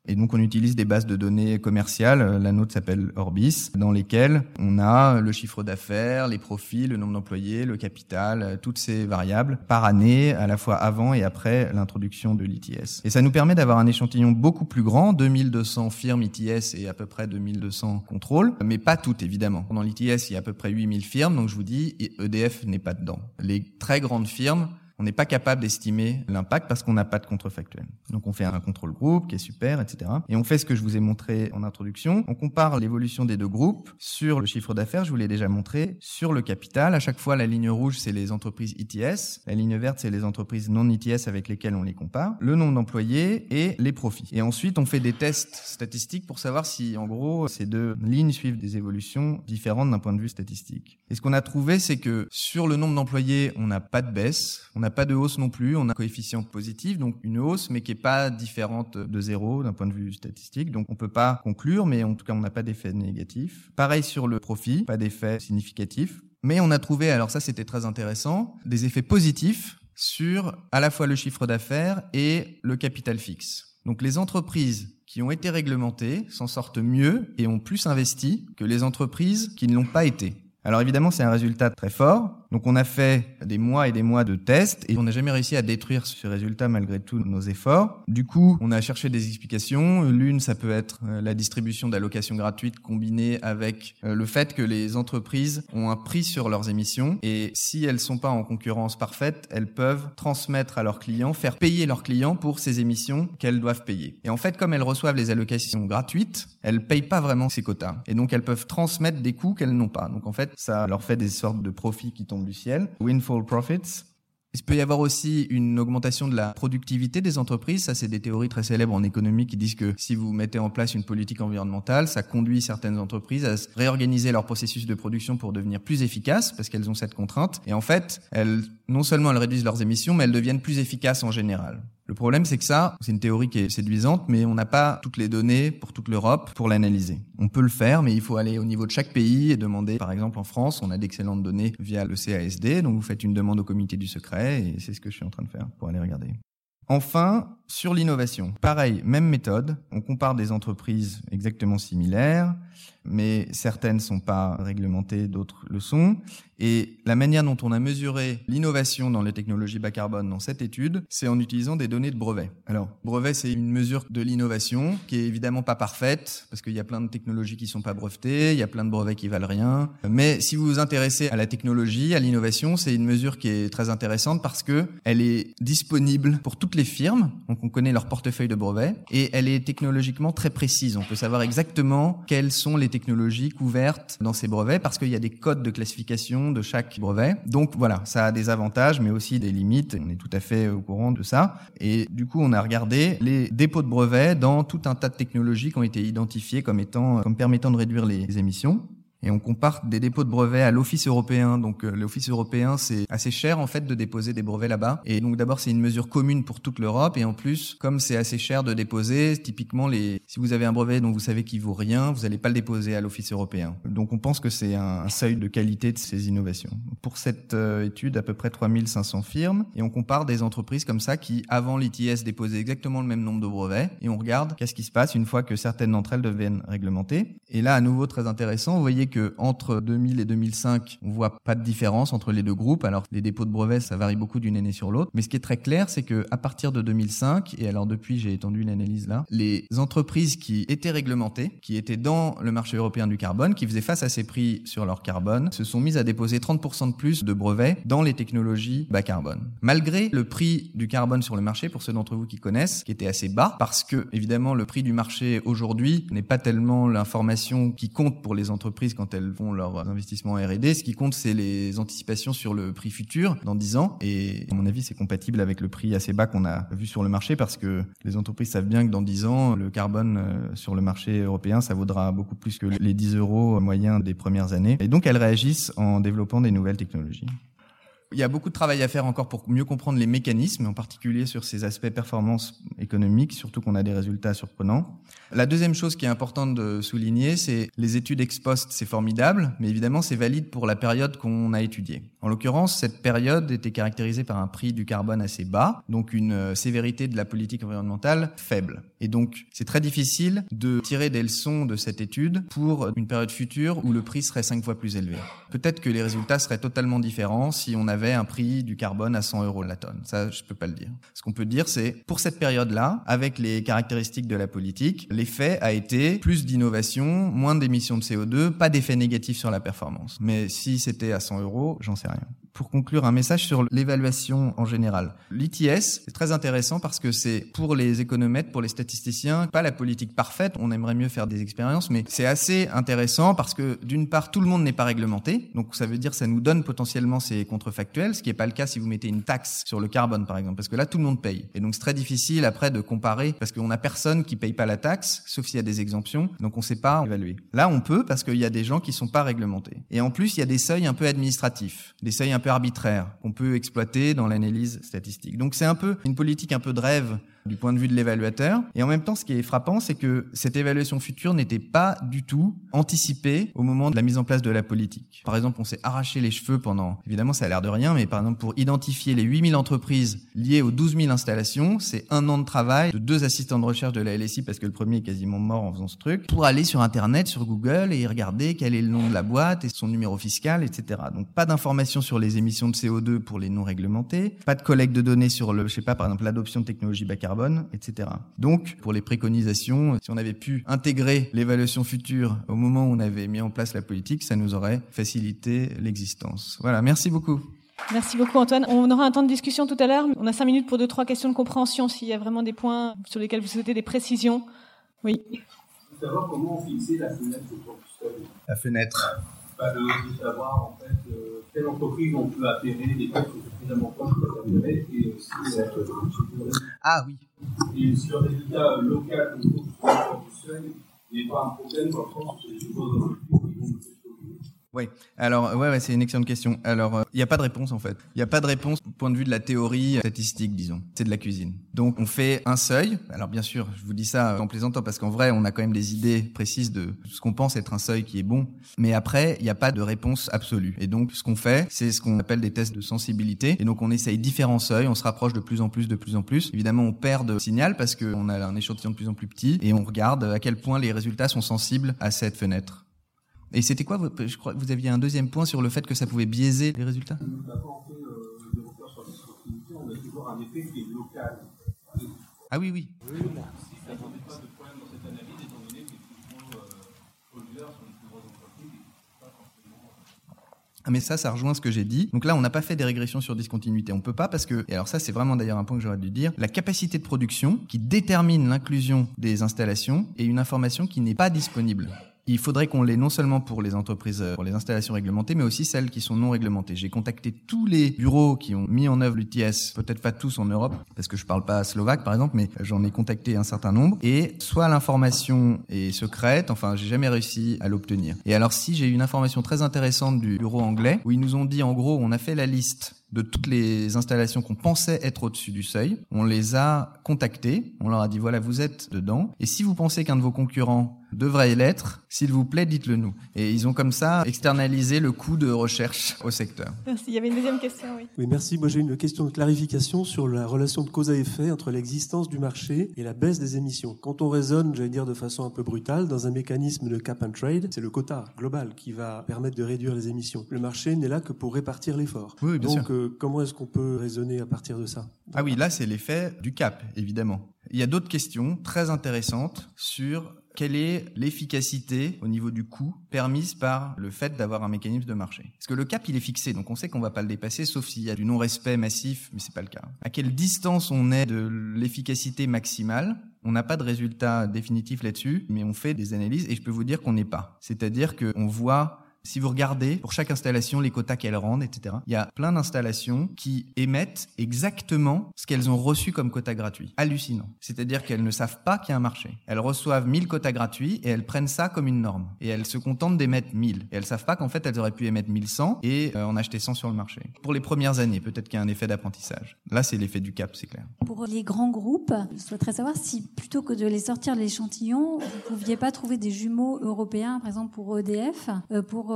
Et donc, on utilise des bases de données commerciales. La nôtre s'appelle Orbis, dans lesquelles on a le chiffre d'affaires, les profits, le nombre d'employés, le capital, toutes ces variables par année, à la fois avant et après l'introduction de l'ITS. Et ça nous permet d'avoir un échantillon beaucoup plus grand, 2200 firmes ITS et à peu près 2200 contrôles, mais pas toutes, évidemment. Dans l'ITS, il y a à peu près 8000 firmes, donc je vous dis, EDF n'est pas dedans. Les très grandes firmes, on n'est pas capable d'estimer l'impact parce qu'on n'a pas de contrefactuel. Donc on fait un contrôle groupe qui est super, etc. Et on fait ce que je vous ai montré en introduction. On compare l'évolution des deux groupes sur le chiffre d'affaires, je vous l'ai déjà montré, sur le capital. À chaque fois, la ligne rouge, c'est les entreprises ITS. La ligne verte, c'est les entreprises non ITS avec lesquelles on les compare. Le nombre d'employés et les profits. Et ensuite, on fait des tests statistiques pour savoir si, en gros, ces deux lignes suivent des évolutions différentes d'un point de vue statistique. Et ce qu'on a trouvé, c'est que sur le nombre d'employés, on n'a pas de baisse. On n'a pas de hausse non plus, on a un coefficient positif, donc une hausse, mais qui est pas différente de zéro d'un point de vue statistique. Donc on peut pas conclure, mais en tout cas on n'a pas d'effet négatif. Pareil sur le profit, pas d'effet significatif. Mais on a trouvé, alors ça c'était très intéressant, des effets positifs sur à la fois le chiffre d'affaires et le capital fixe. Donc les entreprises qui ont été réglementées s'en sortent mieux et ont plus investi que les entreprises qui ne l'ont pas été. Alors évidemment, c'est un résultat très fort. Donc on a fait des mois et des mois de tests et on n'a jamais réussi à détruire ce résultat malgré tous nos efforts. Du coup, on a cherché des explications. L'une, ça peut être la distribution d'allocations gratuites combinée avec le fait que les entreprises ont un prix sur leurs émissions et si elles sont pas en concurrence parfaite, elles peuvent transmettre à leurs clients, faire payer leurs clients pour ces émissions qu'elles doivent payer. Et en fait, comme elles reçoivent les allocations gratuites, elles payent pas vraiment ces quotas. Et donc elles peuvent transmettre des coûts qu'elles n'ont pas. Donc en fait, ça leur fait des sortes de profits qui tombent du ciel, windfall profits. Il peut y avoir aussi une augmentation de la productivité des entreprises. Ça, c'est des théories très célèbres en économie qui disent que si vous mettez en place une politique environnementale, ça conduit certaines entreprises à réorganiser leur processus de production pour devenir plus efficaces parce qu'elles ont cette contrainte. Et en fait, non seulement elles réduisent leurs émissions, mais elles deviennent plus efficaces en général. Le problème, c'est que ça, c'est une théorie qui est séduisante, mais on n'a pas toutes les données pour toute l'Europe pour l'analyser. On peut le faire, mais il faut aller au niveau de chaque pays et demander, par exemple en France, on a d'excellentes données via le CASD, donc vous faites une demande au comité du secret, et c'est ce que je suis en train de faire pour aller regarder. Enfin, sur l'innovation, pareil, même méthode, on compare des entreprises exactement similaires, mais certaines sont pas réglementées, d'autres le sont. Et la manière dont on a mesuré l'innovation dans les technologies bas carbone dans cette étude, c'est en utilisant des données de brevets. Alors, brevet, c'est une mesure de l'innovation qui est évidemment pas parfaite, parce qu'il y a plein de technologies qui sont pas brevetées, il y a plein de brevets qui valent rien. Mais si vous vous intéressez à la technologie, à l'innovation, c'est une mesure qui est très intéressante parce que elle est disponible pour toutes les firmes, donc on connaît leur portefeuille de brevets, et elle est technologiquement très précise. On peut savoir exactement quelles sont les technologies couvertes dans ces brevets parce qu'il y a des codes de classification de chaque brevet. Donc voilà, ça a des avantages mais aussi des limites. On est tout à fait au courant de ça. Et du coup, on a regardé les dépôts de brevets dans tout un tas de technologies qui ont été identifiées comme permettant de réduire les émissions. Et on compare des dépôts de brevets à l'Office européen. Donc l'Office européen, c'est assez cher en fait de déposer des brevets là-bas. Et donc d'abord, c'est une mesure commune pour toute l'Europe. Et en plus, comme c'est assez cher de déposer, typiquement, si vous avez un brevet dont vous savez qu'il vaut rien, vous n'allez pas le déposer à l'Office européen. Donc on pense que c'est un seuil de qualité de ces innovations. Pour cette étude, à peu près 3500 firmes. Et on compare des entreprises comme ça qui, avant l'ITS, déposaient exactement le même nombre de brevets. Et on regarde qu'est-ce qui se passe une fois que certaines d'entre elles deviennent réglementées. Et là, à nouveau, très intéressant, vous voyez que entre 2000 et 2005, on voit pas de différence entre les deux groupes. Alors, les dépôts de brevets, ça varie beaucoup d'une année sur l'autre. Mais ce qui est très clair, c'est que à partir de 2005, et alors depuis, j'ai étendu une analyse là, les entreprises qui étaient réglementées, qui étaient dans le marché européen du carbone, qui faisaient face à ces prix sur leur carbone, se sont mises à déposer 30% de plus de brevets dans les technologies bas carbone. Malgré le prix du carbone sur le marché, pour ceux d'entre vous qui connaissent, qui était assez bas, parce que, évidemment, le prix du marché aujourd'hui n'est pas tellement l'information qui compte pour les entreprises quand elles font leurs investissements en R&D. Ce qui compte, c'est les anticipations sur le prix futur dans 10 ans. Et à mon avis, c'est compatible avec le prix assez bas qu'on a vu sur le marché parce que les entreprises savent bien que dans 10 ans, le carbone sur le marché européen, ça vaudra beaucoup plus que les 10 € moyens des premières années. Et donc, elles réagissent en développant des nouvelles technologies. Il y a beaucoup de travail à faire encore pour mieux comprendre les mécanismes, en particulier sur ces aspects performance économique, surtout qu'on a des résultats surprenants. La deuxième chose qui est importante de souligner, c'est les études ex post, c'est formidable, mais évidemment c'est valide pour la période qu'on a étudiée. En l'occurrence, cette période était caractérisée par un prix du carbone assez bas, donc une sévérité de la politique environnementale faible. Et donc, c'est très difficile de tirer des leçons de cette étude pour une période future où le prix serait 5 fois plus élevé. Peut-être que les résultats seraient totalement différents si on avait un prix du carbone à 100 € la tonne. Ça, je peux pas le dire. Ce qu'on peut dire, c'est, pour cette période-là, avec les caractéristiques de la politique, l'effet a été plus d'innovation, moins d'émissions de CO2, pas d'effet négatif sur la performance. Mais si c'était à 100 €, j'en sais rien. Pour conclure, un message sur l'évaluation en général. L'ITS, c'est très intéressant parce que c'est pour les économètres, pour les statisticiens, pas la politique parfaite, on aimerait mieux faire des expériences, mais c'est assez intéressant parce que d'une part, tout le monde n'est pas réglementé, donc ça veut dire que ça nous donne potentiellement ces contrefactuels, ce qui n'est pas le cas si vous mettez une taxe sur le carbone par exemple, parce que là tout le monde paye. Et donc c'est très difficile après de comparer parce qu'on n'a personne qui paye pas la taxe, sauf s'il y a des exemptions, donc on ne sait pas évaluer. Là on peut parce qu'il y a des gens qui sont pas réglementés. Et en plus il y a des seuils un peu administratifs, des seuils un peu arbitraires qu'on peut exploiter dans l'analyse statistique. Donc c'est un peu une politique un peu de rêve du point de vue de l'évaluateur. Et en même temps, ce qui est frappant, c'est que cette évaluation future n'était pas du tout anticipée au moment de la mise en place de la politique. Par exemple, on s'est arraché les cheveux pendant, évidemment ça a l'air de rien, mais par exemple pour identifier les 8000 entreprises liées aux 12 000 installations, c'est 1 an de travail de 2 assistants de recherche de la LSI, parce que le premier est quasiment mort en faisant ce truc, pour aller sur Internet, sur Google, et regarder quel est le nom de la boîte et son numéro fiscal, etc. Donc pas d'informations sur les émissions de CO2 pour les non réglementés, pas de collecte de données sur par exemple l'adoption de technologies bas carbone, etc. Donc, pour les préconisations, si on avait pu intégrer l'évaluation future au moment où on avait mis en place la politique, ça nous aurait facilité l'existence. Voilà, merci beaucoup. Merci beaucoup Antoine. On aura un temps de discussion tout à l'heure. On a 5 minutes pour 2-3 questions de compréhension s'il y a vraiment des points sur lesquels vous souhaitez des précisions. Oui. Je veux savoir comment fixer la fenêtre autour du seuil. La fenêtre. De savoir en fait quelle entreprise on peut appairer, les textes suffisamment proches pour appairer, et aussi Ah oui. Et sur le résultat local qu'on trouve sur du seuil, il n'y a pas un problème dans le sens où c'est des choses entreprises qui vont. Oui. Alors, ouais, c'est une excellente question. Alors, il n'y a pas de réponse, en fait. Il n'y a pas de réponse du point de vue de la théorie statistique, disons. C'est de la cuisine. Donc, on fait un seuil. Alors, bien sûr, je vous dis ça en plaisantant parce qu'en vrai, on a quand même des idées précises de ce qu'on pense être un seuil qui est bon. Mais après, il n'y a pas de réponse absolue. Et donc, ce qu'on fait, c'est ce qu'on appelle des tests de sensibilité. Et donc, on essaye différents seuils. On se rapproche de plus en plus. Évidemment, on perd de signal parce qu'on a un échantillon de plus en plus petit. Et on regarde à quel point les résultats sont sensibles à cette fenêtre. Et c'était quoi, je crois que vous aviez un deuxième point sur le fait que ça pouvait biaiser les résultats. Quand on fait des recherches sur la discontinuité, on a toujours un effet qui est local. Ah oui. Si ça ne pose pas de problème dans cette analyse, étant donné que les plus gros pollueurs sont les plus grosses entreprises, pas forcément. Ah mais ça rejoint ce que j'ai dit. Donc là, on n'a pas fait des régressions sur discontinuité. On peut pas parce que, et alors ça c'est vraiment d'ailleurs un point que j'aurais dû dire, la capacité de production qui détermine l'inclusion des installations est une information qui n'est pas disponible. Il faudrait qu'on l'ait non seulement pour les entreprises, pour les installations réglementées, mais aussi celles qui sont non réglementées. J'ai contacté tous les bureaux qui ont mis en œuvre l'ITS, peut-être pas tous en Europe, parce que je parle pas slovaque par exemple, mais j'en ai contacté un certain nombre. Et soit l'information est secrète, enfin j'ai jamais réussi à l'obtenir. Et alors si j'ai eu une information très intéressante du bureau anglais, où ils nous ont dit en gros, on a fait la liste de toutes les installations qu'on pensait être au-dessus du seuil. On les a contactés, on leur a dit voilà, vous êtes dedans. Et si vous pensez qu'un de vos concurrents devrait l'être, s'il vous plaît, dites-le nous. Et ils ont comme ça externalisé le coût de recherche au secteur. Merci. Il y avait une deuxième question, oui. Oui, merci. Moi, j'ai une question de clarification sur la relation de cause à effet entre l'existence du marché et la baisse des émissions. Quand on raisonne, j'allais dire de façon un peu brutale, dans un mécanisme de cap and trade, c'est le quota global qui va permettre de réduire les émissions. Le marché n'est là que pour répartir l'effort. Oui, bien sûr. Donc, comment est-ce qu'on peut raisonner à partir de ça ? Ah oui, là, c'est l'effet du cap, évidemment. Il y a d'autres questions très intéressantes sur quelle est l'efficacité au niveau du coût permise par le fait d'avoir un mécanisme de marché. Parce que le cap, il est fixé, donc on sait qu'on va pas le dépasser, sauf s'il y a du non-respect massif, mais c'est pas le cas. À quelle distance on est de l'efficacité maximale ? On n'a pas de résultat définitif là-dessus, mais on fait des analyses et je peux vous dire qu'on n'est pas. C'est-à-dire qu'on voit... Si vous regardez pour chaque installation les quotas qu'elles rendent, etc., il y a plein d'installations qui émettent exactement ce qu'elles ont reçu comme quotas gratuits. Hallucinant. C'est-à-dire qu'elles ne savent pas qu'il y a un marché. Elles reçoivent 1000 quotas gratuits et elles prennent ça comme une norme. Et elles se contentent d'émettre 1000. Et elles savent pas qu'en fait elles auraient pu émettre 1100 et en acheter 100 sur le marché. Pour les premières années, peut-être qu'il y a un effet d'apprentissage. Là, c'est l'effet du cap, c'est clair. Pour les grands groupes, je souhaiterais savoir si plutôt que de les sortir de l'échantillon, vous pouviez pas trouver des jumeaux européens, par exemple pour EDF, pour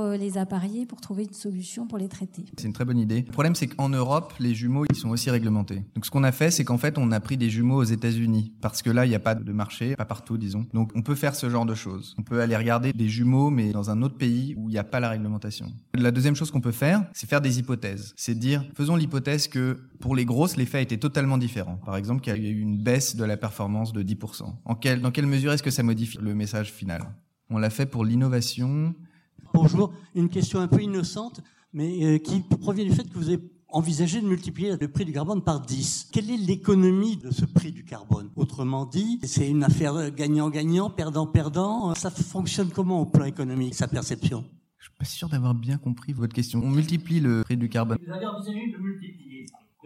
les apparier, pour trouver une solution pour les traiter. C'est une très bonne idée. Le problème, c'est qu'en Europe, les jumeaux, ils sont aussi réglementés. Donc, ce qu'on a fait, c'est qu'en fait, on a pris des jumeaux aux États-Unis. Parce que là, il n'y a pas de marché, pas partout, disons. Donc, on peut faire ce genre de choses. On peut aller regarder des jumeaux, mais dans un autre pays où il n'y a pas la réglementation. La deuxième chose qu'on peut faire, c'est faire des hypothèses. C'est dire, faisons l'hypothèse que pour les grosses, l'effet était totalement différent. Par exemple, qu'il y a eu une baisse de la performance de 10%. Dans quelle mesure est-ce que ça modifie le message final ? On l'a fait pour l'innovation. Bonjour, une question un peu innocente, mais qui provient du fait que vous avez envisagé de multiplier le prix du carbone par 10. Quelle est l'économie de ce prix du carbone ? Autrement dit, c'est une affaire gagnant-gagnant, perdant-perdant. Ça fonctionne comment au plan économique, sa perception ? Je suis pas sûr d'avoir bien compris votre question. On multiplie le prix du carbone. Vous avez envisagé de multiplier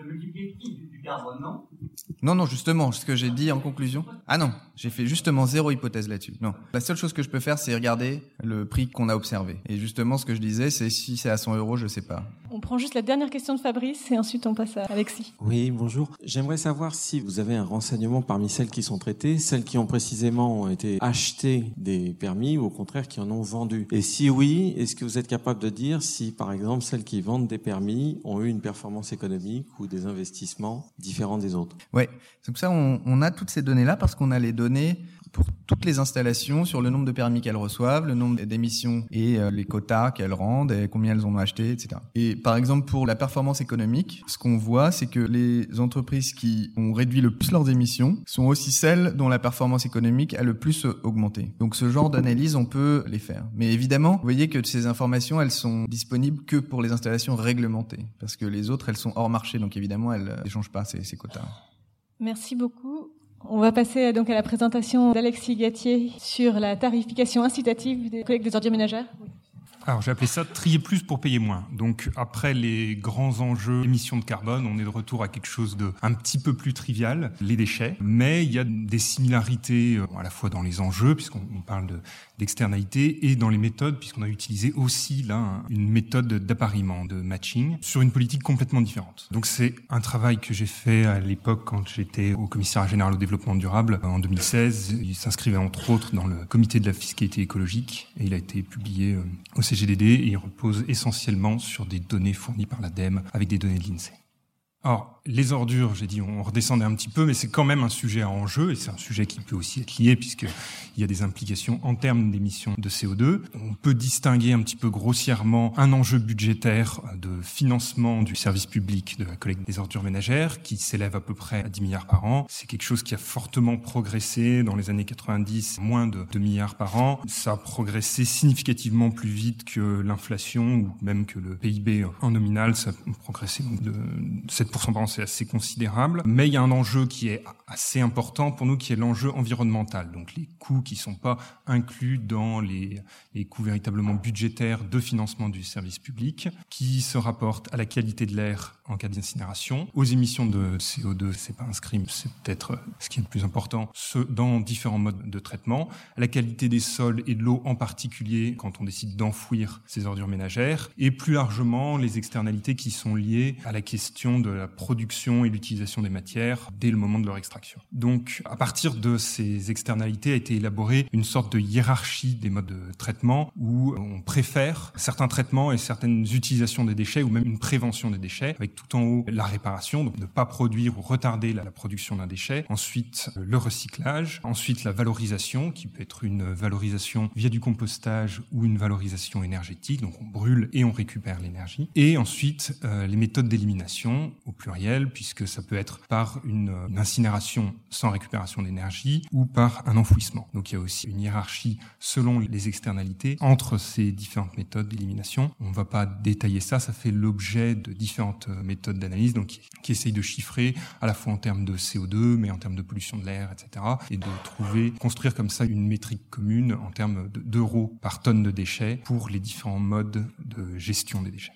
le prix du carbone, non ? Non, justement, ce que j'ai dit en conclusion. Ah non, j'ai fait justement 0 hypothèse là-dessus. Non. La seule chose que je peux faire, c'est regarder le prix qu'on a observé. Et justement, ce que je disais, c'est si c'est à 100 €, je sais pas. On prend juste la dernière question de Fabrice et ensuite on passe à Alexis. Oui, bonjour. J'aimerais savoir si vous avez un renseignement parmi celles qui sont traitées, celles qui ont précisément été achetées des permis ou au contraire qui en ont vendu. Et si oui, est-ce que vous êtes capable de dire si, par exemple, celles qui vendent des permis ont eu une performance économique ou des investissements différents des autres ? Ouais. Donc ça, on a toutes ces données-là parce qu'on a les données pour toutes les installations sur le nombre de permis qu'elles reçoivent, le nombre d'émissions et les quotas qu'elles rendent et combien elles en ont acheté, etc. Et par exemple, pour la performance économique, ce qu'on voit, c'est que les entreprises qui ont réduit le plus leurs émissions sont aussi celles dont la performance économique a le plus augmenté. Donc ce genre d'analyse, on peut les faire. Mais évidemment, vous voyez que ces informations, elles sont disponibles que pour les installations réglementées. Parce que les autres, elles sont hors marché. Donc évidemment, elles n'échangent pas ces quotas. Merci beaucoup. On va passer donc à la présentation d'Alexis Gatier sur la tarification incitative des collègues des ordures ménagères. Alors j'ai appelé ça trier plus pour payer moins. Donc après les grands enjeux émissions de carbone, on est de retour à quelque chose de un petit peu plus trivial, les déchets. Mais il y a des similarités à la fois dans les enjeux, puisqu'on parle d'externalité, et dans les méthodes, puisqu'on a utilisé aussi là une méthode d'appariement, de matching, sur une politique complètement différente. Donc c'est un travail que j'ai fait à l'époque quand j'étais au Commissariat général au développement durable en 2016. Il s'inscrivait entre autres dans le comité de la fiscalité écologique et il a été publié au CGDD et il repose essentiellement sur des données fournies par l'ADEME avec des données de l'INSEE. Alors, les ordures, j'ai dit, on redescendait un petit peu, mais c'est quand même un sujet à enjeu, et c'est un sujet qui peut aussi être lié, puisqu'il y a des implications en termes d'émissions de CO2. On peut distinguer un petit peu grossièrement un enjeu budgétaire de financement du service public de la collecte des ordures ménagères, qui s'élève à peu près à 10 milliards par an. C'est quelque chose qui a fortement progressé dans les années 90, moins de 2 milliards par an. Ça a progressé significativement plus vite que l'inflation, ou même que le PIB en nominal, ça a progressé de 7% par an. C'est assez considérable, mais il y a un enjeu qui est assez important pour nous, qui est l'enjeu environnemental. Donc les coûts qui sont pas inclus dans les coûts véritablement budgétaires de financement du service public, qui se rapportent à la qualité de l'air en cas d'incinération, aux émissions de CO2, c'est pas inscrit, mais c'est peut-être ce qui est le plus important, dans différents modes de traitement, à la qualité des sols et de l'eau en particulier quand on décide d'enfouir ces ordures ménagères, et plus largement les externalités qui sont liées à la question de la production et l'utilisation des matières dès le moment de leur extraction. Donc, à partir de ces externalités a été élaborée une sorte de hiérarchie des modes de traitement où on préfère certains traitements et certaines utilisations des déchets ou même une prévention des déchets, avec tout en haut la réparation, donc ne pas produire ou retarder la production d'un déchet, ensuite le recyclage, ensuite la valorisation qui peut être une valorisation via du compostage ou une valorisation énergétique, donc on brûle et on récupère l'énergie, et ensuite les méthodes d'élimination au pluriel, puisque ça peut être par une incinération sans récupération d'énergie ou par un enfouissement. Donc il y a aussi une hiérarchie selon les externalités entre ces différentes méthodes d'élimination. On ne va pas détailler ça, ça fait l'objet de différentes méthodes d'analyse, donc qui essayent de chiffrer à la fois en termes de CO2, mais en termes de pollution de l'air, etc. et de construire comme ça une métrique commune en termes d'euros par tonne de déchets pour les différents modes de gestion des déchets.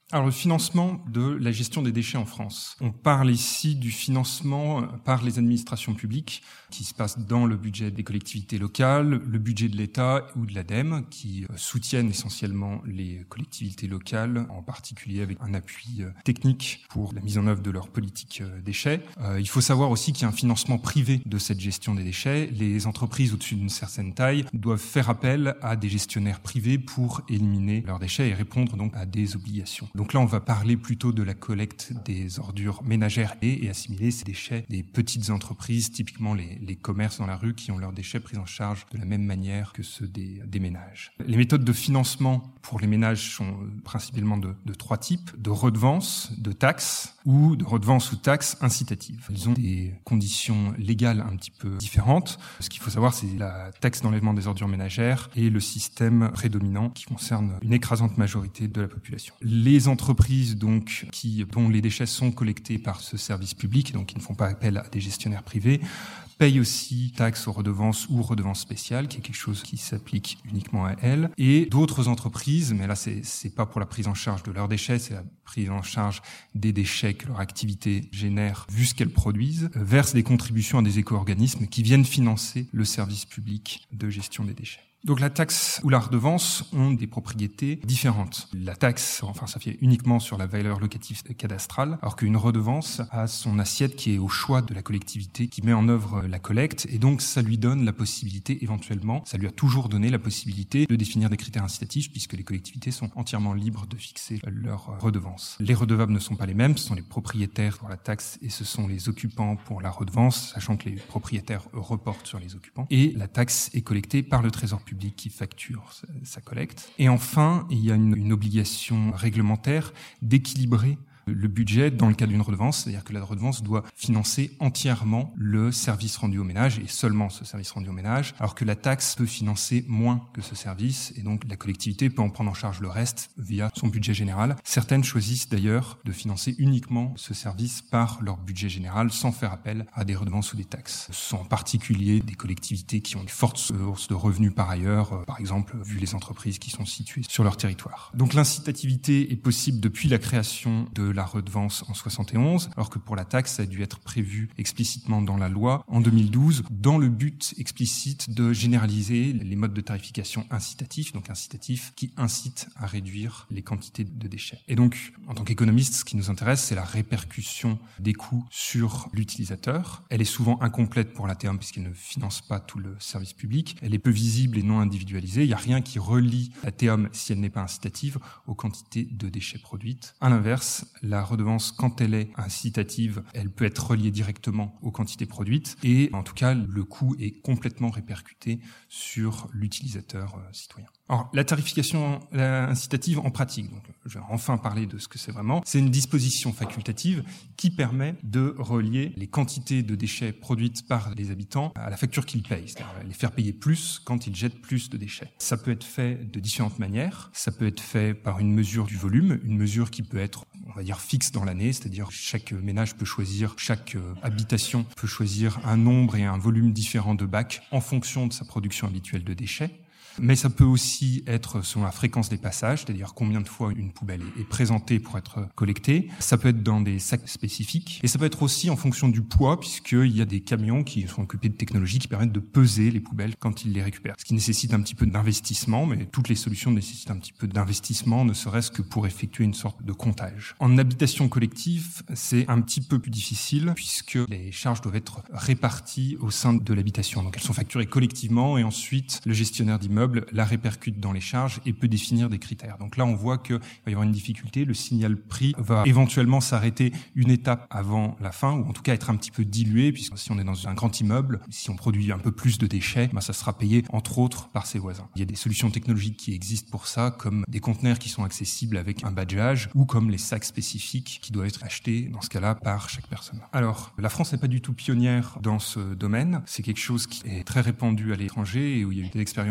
Alors, le financement de la gestion des déchets en France. On parle ici du financement par les administrations publiques qui se passe dans le budget des collectivités locales, le budget de l'État ou de l'ADEME qui soutiennent essentiellement les collectivités locales, en particulier avec un appui technique pour la mise en œuvre de leur politique déchets. Il faut savoir aussi qu'il y a un financement privé de cette gestion des déchets. Les entreprises au-dessus d'une certaine taille doivent faire appel à des gestionnaires privés pour éliminer leurs déchets et répondre donc à des obligations. Donc là, on va parler plutôt de la collecte des ordures ménagères et assimiler ces déchets des petites entreprises, typiquement les commerces dans la rue qui ont leurs déchets pris en charge de la même manière que ceux des ménages. Les méthodes de financement pour les ménages sont principalement de 3 types, de redevances, de taxes ou de redevances ou taxes incitatives. Elles ont des conditions légales un petit peu différentes. Ce qu'il faut savoir, c'est la taxe d'enlèvement des ordures ménagères et le système prédominant qui concerne une écrasante majorité de la population. Les entreprises donc dont les déchets sont collectés par ce service public, donc qui ne font pas appel à des gestionnaires privés, payent aussi taxes aux redevances ou redevances spéciales, qui est quelque chose qui s'applique uniquement à elles. Et d'autres entreprises, mais là c'est pas pour la prise en charge de leurs déchets, c'est la prise en charge des déchets que leur activité génère vu ce qu'elles produisent, versent des contributions à des éco-organismes qui viennent financer le service public de gestion des déchets. Donc la taxe ou la redevance ont des propriétés différentes. La taxe, ça fait uniquement sur la valeur locative cadastrale, alors qu'une redevance a son assiette qui est au choix de la collectivité qui met en œuvre la collecte, et donc ça lui donne la possibilité éventuellement, ça lui a toujours donné la possibilité de définir des critères incitatifs puisque les collectivités sont entièrement libres de fixer leurs redevances. Les redevables ne sont pas les mêmes, ce sont les propriétaires pour la taxe et ce sont les occupants pour la redevance, sachant que les propriétaires reportent sur les occupants, et la taxe est collectée par le Trésor public qui facture sa collecte. Et enfin, il y a une obligation réglementaire d'équilibrer le budget dans le cas d'une redevance, c'est-à-dire que la redevance doit financer entièrement le service rendu au ménage et seulement ce service rendu au ménage, alors que la taxe peut financer moins que ce service et donc la collectivité peut en prendre en charge le reste via son budget général. Certaines choisissent d'ailleurs de financer uniquement ce service par leur budget général sans faire appel à des redevances ou des taxes. Ce sont en particulier des collectivités qui ont une forte source de revenus par ailleurs, par exemple vu les entreprises qui sont situées sur leur territoire. Donc l'incitativité est possible depuis la création de la redevance en 71, alors que pour la taxe, ça a dû être prévu explicitement dans la loi en 2012, dans le but explicite de généraliser les modes de tarification incitatifs, donc incitatifs qui incitent à réduire les quantités de déchets. Et donc, en tant qu'économiste, ce qui nous intéresse, c'est la répercussion des coûts sur l'utilisateur. Elle est souvent incomplète pour la TEOM puisqu'elle ne finance pas tout le service public. Elle est peu visible et non individualisée. Il n'y a rien qui relie la TEOM, si elle n'est pas incitative, aux quantités de déchets produites. À l'inverse, la redevance, quand elle est incitative, elle peut être reliée directement aux quantités produites et en tout cas, le coût est complètement répercuté sur l'utilisateur citoyen. Alors, la tarification incitative en pratique, donc je vais enfin parler de ce que c'est vraiment, c'est une disposition facultative qui permet de relier les quantités de déchets produites par les habitants à la facture qu'ils payent, c'est-à-dire les faire payer plus quand ils jettent plus de déchets. Ça peut être fait de différentes manières, ça peut être fait par une mesure du volume, une mesure qui peut être, on va dire, fixe dans l'année, c'est-à-dire chaque ménage peut choisir, chaque habitation peut choisir un nombre et un volume différents de bacs en fonction de sa production habituelle de déchets. Mais ça peut aussi être selon la fréquence des passages, c'est-à-dire combien de fois une poubelle est présentée pour être collectée. Ça peut être dans des sacs spécifiques. Et ça peut être aussi en fonction du poids, puisqu'il y a des camions qui sont équipés de technologies qui permettent de peser les poubelles quand ils les récupèrent. Ce qui nécessite un petit peu d'investissement, mais toutes les solutions nécessitent un petit peu d'investissement, ne serait-ce que pour effectuer une sorte de comptage. En habitation collective, c'est un petit peu plus difficile, puisque les charges doivent être réparties au sein de l'habitation. Donc elles sont facturées collectivement et ensuite le gestionnaire d'immeuble la répercute dans les charges et peut définir des critères. Donc là, on voit qu'il va y avoir une difficulté. Le signal prix va éventuellement s'arrêter une étape avant la fin, ou en tout cas être un petit peu dilué, puisque si on est dans un grand immeuble, si on produit un peu plus de déchets, ça sera payé entre autres par ses voisins. Il y a des solutions technologiques qui existent pour ça, comme des conteneurs qui sont accessibles avec un badgeage, ou comme les sacs spécifiques qui doivent être achetés dans ce cas-là par chaque personne. Alors, la France n'est pas du tout pionnière dans ce domaine. C'est quelque chose qui est très répandu à l'étranger et où il y a eu des expériences depuis longtemps.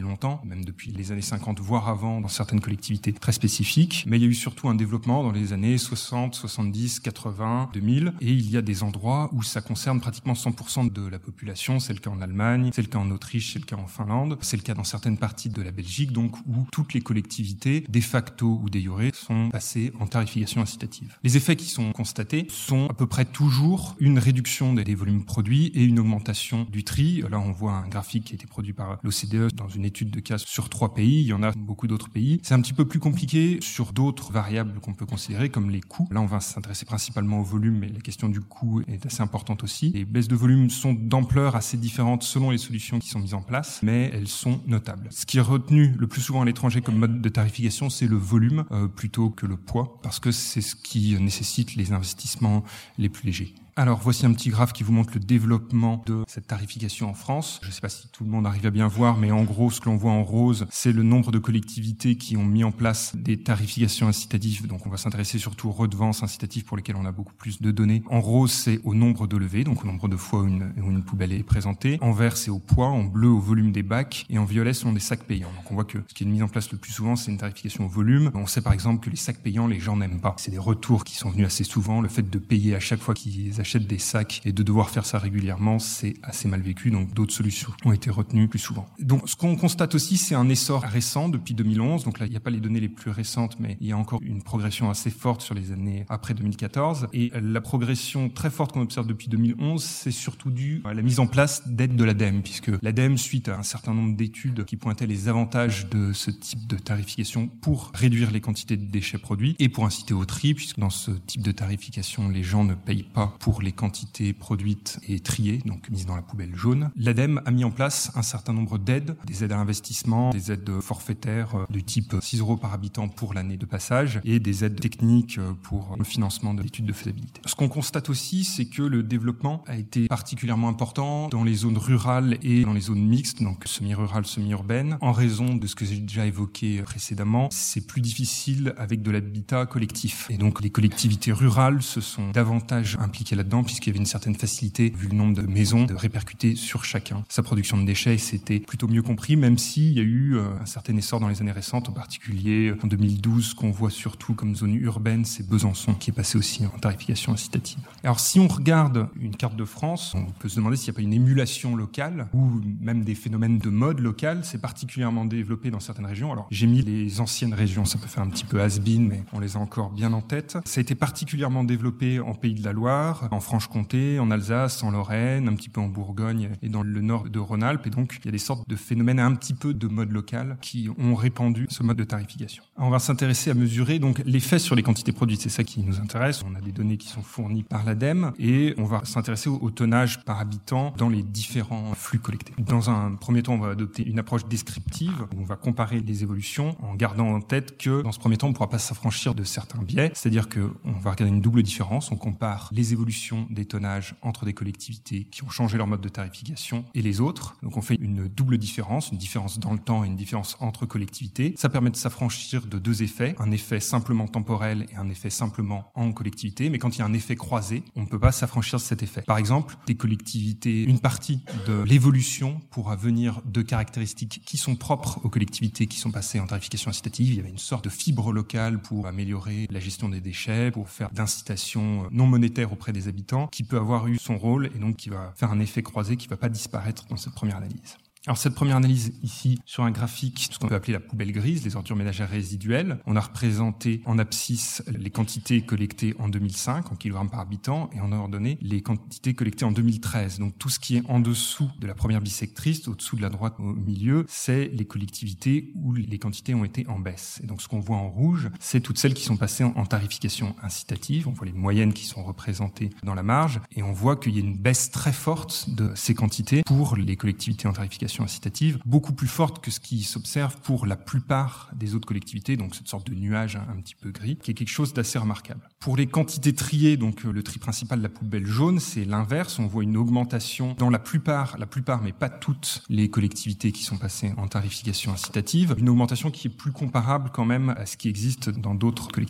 longtemps, même depuis les années 50, voire avant, dans certaines collectivités très spécifiques. Mais il y a eu surtout un développement dans les années 60, 70, 80, 2000. Et il y a des endroits où ça concerne pratiquement 100% de la population. C'est le cas en Allemagne, c'est le cas en Autriche, c'est le cas en Finlande. C'est le cas dans certaines parties de la Belgique, donc où toutes les collectivités, de facto ou de jure, sont passées en tarification incitative. Les effets qui sont constatés sont à peu près toujours une réduction des volumes produits et une augmentation du tri. Là, on voit un graphique qui a été produit par l'OCDE dans une étude de cas sur 3 pays. Il y en a beaucoup d'autres pays. C'est un petit peu plus compliqué sur d'autres variables qu'on peut considérer comme les coûts. Là, on va s'intéresser principalement au volume, mais la question du coût est assez importante aussi. Les baisses de volume sont d'ampleur assez différentes selon les solutions qui sont mises en place, mais elles sont notables. Ce qui est retenu le plus souvent à l'étranger comme mode de tarification, c'est le volume plutôt que le poids, parce que c'est ce qui nécessite les investissements les plus légers. Alors, voici un petit graphe qui vous montre le développement de cette tarification en France. Je ne sais pas si tout le monde arrive à bien voir, mais en gros, ce que l'on voit en rose, c'est le nombre de collectivités qui ont mis en place des tarifications incitatives. Donc, on va s'intéresser surtout aux redevances incitatives pour lesquelles on a beaucoup plus de données. En rose, c'est au nombre de levées, donc au nombre de fois où une poubelle est présentée. En vert, c'est au poids. En bleu, au volume des bacs. Et en violet, ce sont des sacs payants. Donc, on voit que ce qui est mis en place le plus souvent, c'est une tarification au volume. On sait par exemple que les sacs payants, les gens n'aiment pas. C'est des retours qui sont venus assez souvent. Le fait de payer à chaque fois qu'ils achètent des sacs et de devoir faire ça régulièrement, c'est assez mal vécu. Donc, d'autres solutions ont été retenues plus souvent. Donc, ce qu'on constate aussi, c'est un essor récent depuis 2011. Donc là, il n'y a pas les données les plus récentes, mais il y a encore une progression assez forte sur les années après 2014. Et la progression très forte qu'on observe depuis 2011, c'est surtout dû à la mise en place d'aides de l'ADEME, puisque l'ADEME, suite à un certain nombre d'études qui pointaient les avantages de ce type de tarification pour réduire les quantités de déchets produits et pour inciter au tri, puisque dans ce type de tarification, les gens ne payent pas pour les quantités produites et triées, donc mises dans la poubelle jaune. L'ADEME a mis en place un certain nombre d'aides, des aides à l'investissement, des aides forfaitaires du type 6 € par habitant pour l'année de passage et des aides techniques pour le financement de l'étude de faisabilité. Ce qu'on constate aussi, c'est que le développement a été particulièrement important dans les zones rurales et dans les zones mixtes, donc semi-rurales, semi-urbaines. En raison de ce que j'ai déjà évoqué précédemment, c'est plus difficile avec de l'habitat collectif. Et donc les collectivités rurales se sont davantage impliquées là-dedans puisqu'il y avait une certaine facilité, vu le nombre de maisons, de répercuter sur chacun sa production de déchets. Et c'était plutôt mieux compris, même s'il y a eu un certain essor dans les années récentes, en particulier en 2012, qu'on voit surtout comme zone urbaine, c'est Besançon qui est passé aussi en tarification incitative. Alors si on regarde une carte de France, on peut se demander s'il n'y a pas une émulation locale ou même des phénomènes de mode local. C'est particulièrement développé dans certaines régions. Alors j'ai mis les anciennes régions, ça peut faire un petit peu has-been, mais on les a encore bien en tête. Ça a été particulièrement développé en Pays de la Loire, en Franche-Comté, en Alsace, en Lorraine, un petit peu en Bourgogne et dans le nord de Rhône-Alpes. Et donc, il y a des sortes de phénomènes un petit peu de mode local qui ont répandu ce mode de tarification. Alors, on va s'intéresser à mesurer donc l'effet sur les quantités produites. C'est ça qui nous intéresse. On a des données qui sont fournies par l'ADEME et on va s'intéresser au tonnage par habitant dans les différents flux collectés. Dans un premier temps, on va adopter une approche descriptive où on va comparer les évolutions en gardant en tête que dans ce premier temps, on ne pourra pas s'affranchir de certains biais. C'est-à-dire qu'on va regarder une double différence. On compare les évolutions des tonnages entre des collectivités qui ont changé leur mode de tarification et les autres. Donc on fait une double différence, une différence dans le temps et une différence entre collectivités. Ça permet de s'affranchir de deux effets, un effet simplement temporel et un effet simplement en collectivité. Mais quand il y a un effet croisé, on ne peut pas s'affranchir de cet effet. Par exemple, des collectivités, une partie de l'évolution pourra venir de caractéristiques qui sont propres aux collectivités qui sont passées en tarification incitative. Il y avait une sorte de fibre locale pour améliorer la gestion des déchets, pour faire d'incitation non monétaire auprès des habitants, qui peut avoir eu son rôle et donc qui va faire un effet croisé qui ne va pas disparaître dans cette première analyse. Alors cette première analyse ici sur un graphique, ce qu'on peut appeler la poubelle grise, les ordures ménagères résiduelles, on a représenté en abscisse les quantités collectées en 2005 en kilogrammes par habitant et en ordonnée les quantités collectées en 2013. Donc tout ce qui est en dessous de la première bisectrice, au-dessous de la droite au milieu, c'est les collectivités où les quantités ont été en baisse. Et donc ce qu'on voit en rouge, c'est toutes celles qui sont passées en tarification incitative. On voit les moyennes qui sont représentées dans la marge et on voit qu'il y a une baisse très forte de ces quantités pour les collectivités en tarification incitative, beaucoup plus forte que ce qui s'observe pour la plupart des autres collectivités, donc cette sorte de nuage un petit peu gris, qui est quelque chose d'assez remarquable. Pour les quantités triées, donc le tri principal de la poubelle jaune, c'est l'inverse. On voit une augmentation dans la plupart, mais pas toutes les collectivités qui sont passées en tarification incitative, une augmentation qui est plus comparable quand même à ce qui existe dans d'autres collectivités.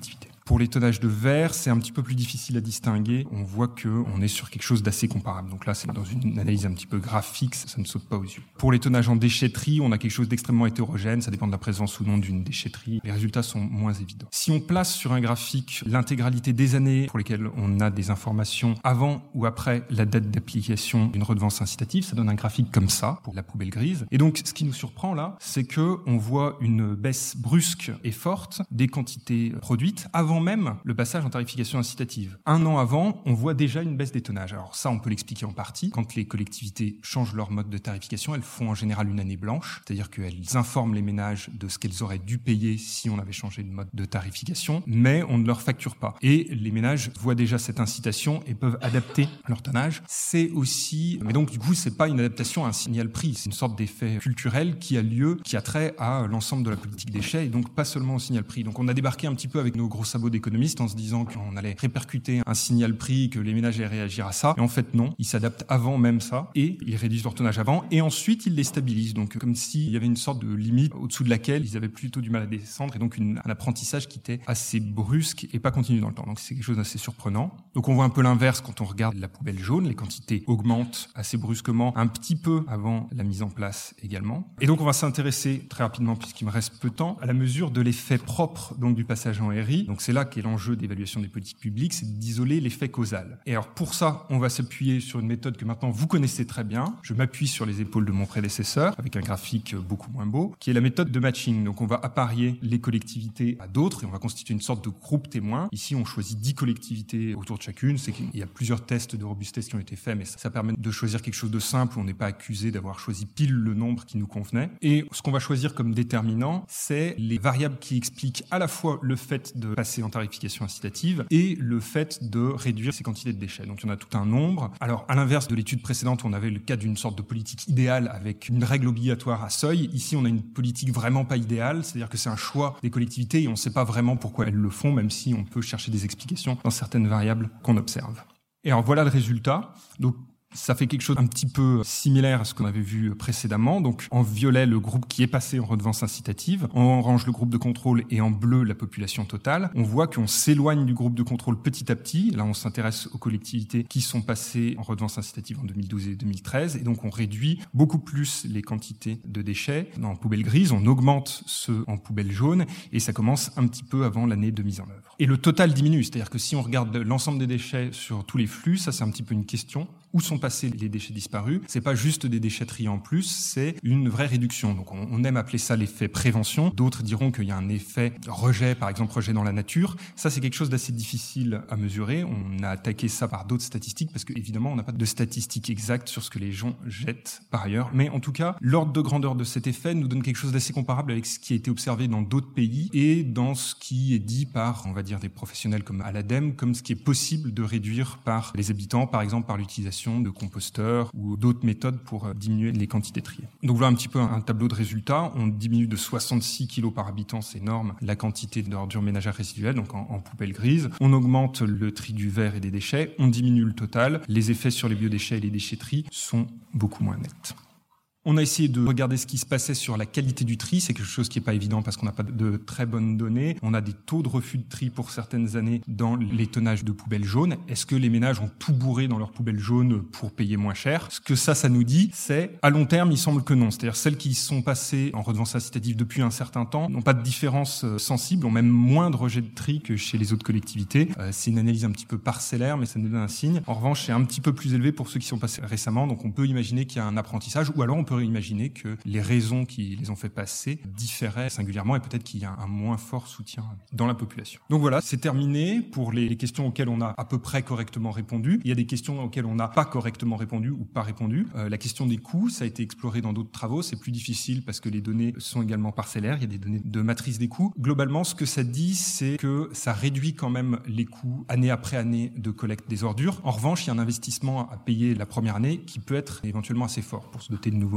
Pour les tonnages de verre, c'est un petit peu plus difficile à distinguer. On voit qu'on est sur quelque chose d'assez comparable. Donc là, c'est dans une analyse un petit peu graphique, ça ne saute pas aux yeux. Pour les tonnages en déchetterie, on a quelque chose d'extrêmement hétérogène. Ça dépend de la présence ou non d'une déchetterie. Les résultats sont moins évidents. Si on place sur un graphique l'intégralité des années pour lesquelles on a des informations avant ou après la date d'application d'une redevance incitative, ça donne un graphique comme ça pour la poubelle grise. Et donc, ce qui nous surprend là, c'est que on voit une baisse brusque et forte des quantités produites avant même le passage en tarification incitative. Un an avant, on voit déjà une baisse des tonnages. Alors ça, on peut l'expliquer en partie. Quand les collectivités changent leur mode de tarification, elles font en général une année blanche, c'est-à-dire qu'elles informent les ménages de ce qu'elles auraient dû payer si on avait changé de mode de tarification, mais on ne leur facture pas. Et les ménages voient déjà cette incitation et peuvent adapter leur tonnage. C'est aussi, mais donc du coup, c'est pas une adaptation à un signal prix, c'est une sorte d'effet culturel qui a lieu, qui a trait à l'ensemble de la politique déchets et donc pas seulement au signal prix. Donc on a débarqué un petit peu avec nos gros sabots d'économistes en se disant qu'on allait répercuter un signal prix, que les ménages allaient réagir à ça. Et en fait, non. Ils s'adaptent avant même ça et ils réduisent leur tonnage avant et ensuite ils les stabilisent. Donc comme s'il y avait une sorte de limite au-dessous de laquelle ils avaient plutôt du mal à descendre et donc un apprentissage qui était assez brusque et pas continu dans le temps. Donc c'est quelque chose d'assez surprenant. Donc on voit un peu l'inverse quand on regarde la poubelle jaune. Les quantités augmentent assez brusquement, un petit peu avant la mise en place également. Et donc on va s'intéresser très rapidement, puisqu'il me reste peu de temps, à la mesure de l'effet propre donc du passage en RI. Donc c'est là qu'est l'enjeu d'évaluation des politiques publiques, c'est d'isoler l'effet causal. Et alors pour ça, on va s'appuyer sur une méthode que maintenant vous connaissez très bien. Je m'appuie sur les épaules de mon prédécesseur, avec un graphique beaucoup moins beau, qui est la méthode de matching. Donc on va apparier les collectivités à d'autres et on va constituer une sorte de groupe témoin. Ici, on choisit 10 collectivités autour de chacune. C'est qu'il y a plusieurs tests de robustesse qui ont été faits, mais ça permet de choisir quelque chose de simple où on n'est pas accusé d'avoir choisi pile le nombre qui nous convenait. Et ce qu'on va choisir comme déterminant, c'est les variables qui expliquent à la fois le fait de passer en tarification incitative et le fait de réduire ces quantités de déchets. Donc il y en a tout un nombre. Alors à l'inverse de l'étude précédente, on avait le cas d'une sorte de politique idéale avec une règle obligatoire à seuil. Ici, on a une politique vraiment pas idéale, c'est-à-dire que c'est un choix des collectivités et on ne sait pas vraiment pourquoi elles le font, même si on peut chercher des explications dans certaines variables qu'on observe. Et alors voilà le résultat. Donc ça fait quelque chose un petit peu similaire à ce qu'on avait vu précédemment. Donc, en violet, le groupe qui est passé en redevance incitative. En orange, le groupe de contrôle et en bleu, la population totale. On voit qu'on s'éloigne du groupe de contrôle petit à petit. Là, on s'intéresse aux collectivités qui sont passées en redevance incitative en 2012 et 2013. Et donc, on réduit beaucoup plus les quantités de déchets en poubelle grise. On augmente ceux en poubelle jaune. Et ça commence un petit peu avant l'année de mise en œuvre. Et le total diminue. C'est-à-dire que si on regarde l'ensemble des déchets sur tous les flux, ça, c'est un petit peu une question. Où sont passés les déchets disparus? C'est pas juste des déchetteries en plus, c'est une vraie réduction. Donc on aime appeler ça l'effet prévention. D'autres diront qu'il y a un effet rejet, par exemple rejet dans la nature. Ça, c'est quelque chose d'assez difficile à mesurer. On a attaqué ça par d'autres statistiques parce que évidemment, on n'a pas de statistiques exactes sur ce que les gens jettent par ailleurs. Mais en tout cas, l'ordre de grandeur de cet effet nous donne quelque chose d'assez comparable avec ce qui a été observé dans d'autres pays et dans ce qui est dit par, on va dire, des professionnels comme à l'ADEME, comme ce qui est possible de réduire par les habitants, par exemple par l'utilisation de composteurs ou d'autres méthodes pour diminuer les quantités triées. Donc voilà un petit peu un tableau de résultats. On diminue de 66 kg par habitant, c'est énorme, la quantité d'ordures ménagères résiduelles, donc en poubelle grise. On augmente le tri du verre et des déchets, on diminue le total. Les effets sur les biodéchets et les déchetteries sont beaucoup moins nets. On a essayé de regarder ce qui se passait sur la qualité du tri. C'est quelque chose qui n'est pas évident parce qu'on n'a pas de très bonnes données. On a des taux de refus de tri pour certaines années dans les tonnages de poubelles jaunes. Est-ce que les ménages ont tout bourré dans leurs poubelles jaunes pour payer moins cher? Ce que ça nous dit, c'est à long terme, il semble que non. C'est-à-dire celles qui sont passées en redevance incitative depuis un certain temps n'ont pas de différence sensible, ont même moins de rejet de tri que chez les autres collectivités. C'est une analyse un petit peu parcellaire, mais ça nous donne un signe. En revanche, c'est un petit peu plus élevé pour ceux qui sont passés récemment. Donc on peut imaginer qu'il y a un apprentissage ou alors on peut imaginer que les raisons qui les ont fait passer différaient singulièrement et peut-être qu'il y a un moins fort soutien dans la population. Donc voilà, c'est terminé pour les questions auxquelles on a à peu près correctement répondu. Il y a des questions auxquelles on n'a pas correctement répondu ou pas répondu. La question des coûts, ça a été exploré dans d'autres travaux. C'est plus difficile parce que les données sont également parcellaires. Il y a des données de matrice des coûts. Globalement, ce que ça dit, c'est que ça réduit quand même les coûts année après année de collecte des ordures. En revanche, il y a un investissement à payer la première année qui peut être éventuellement assez fort pour se doter de nouveaux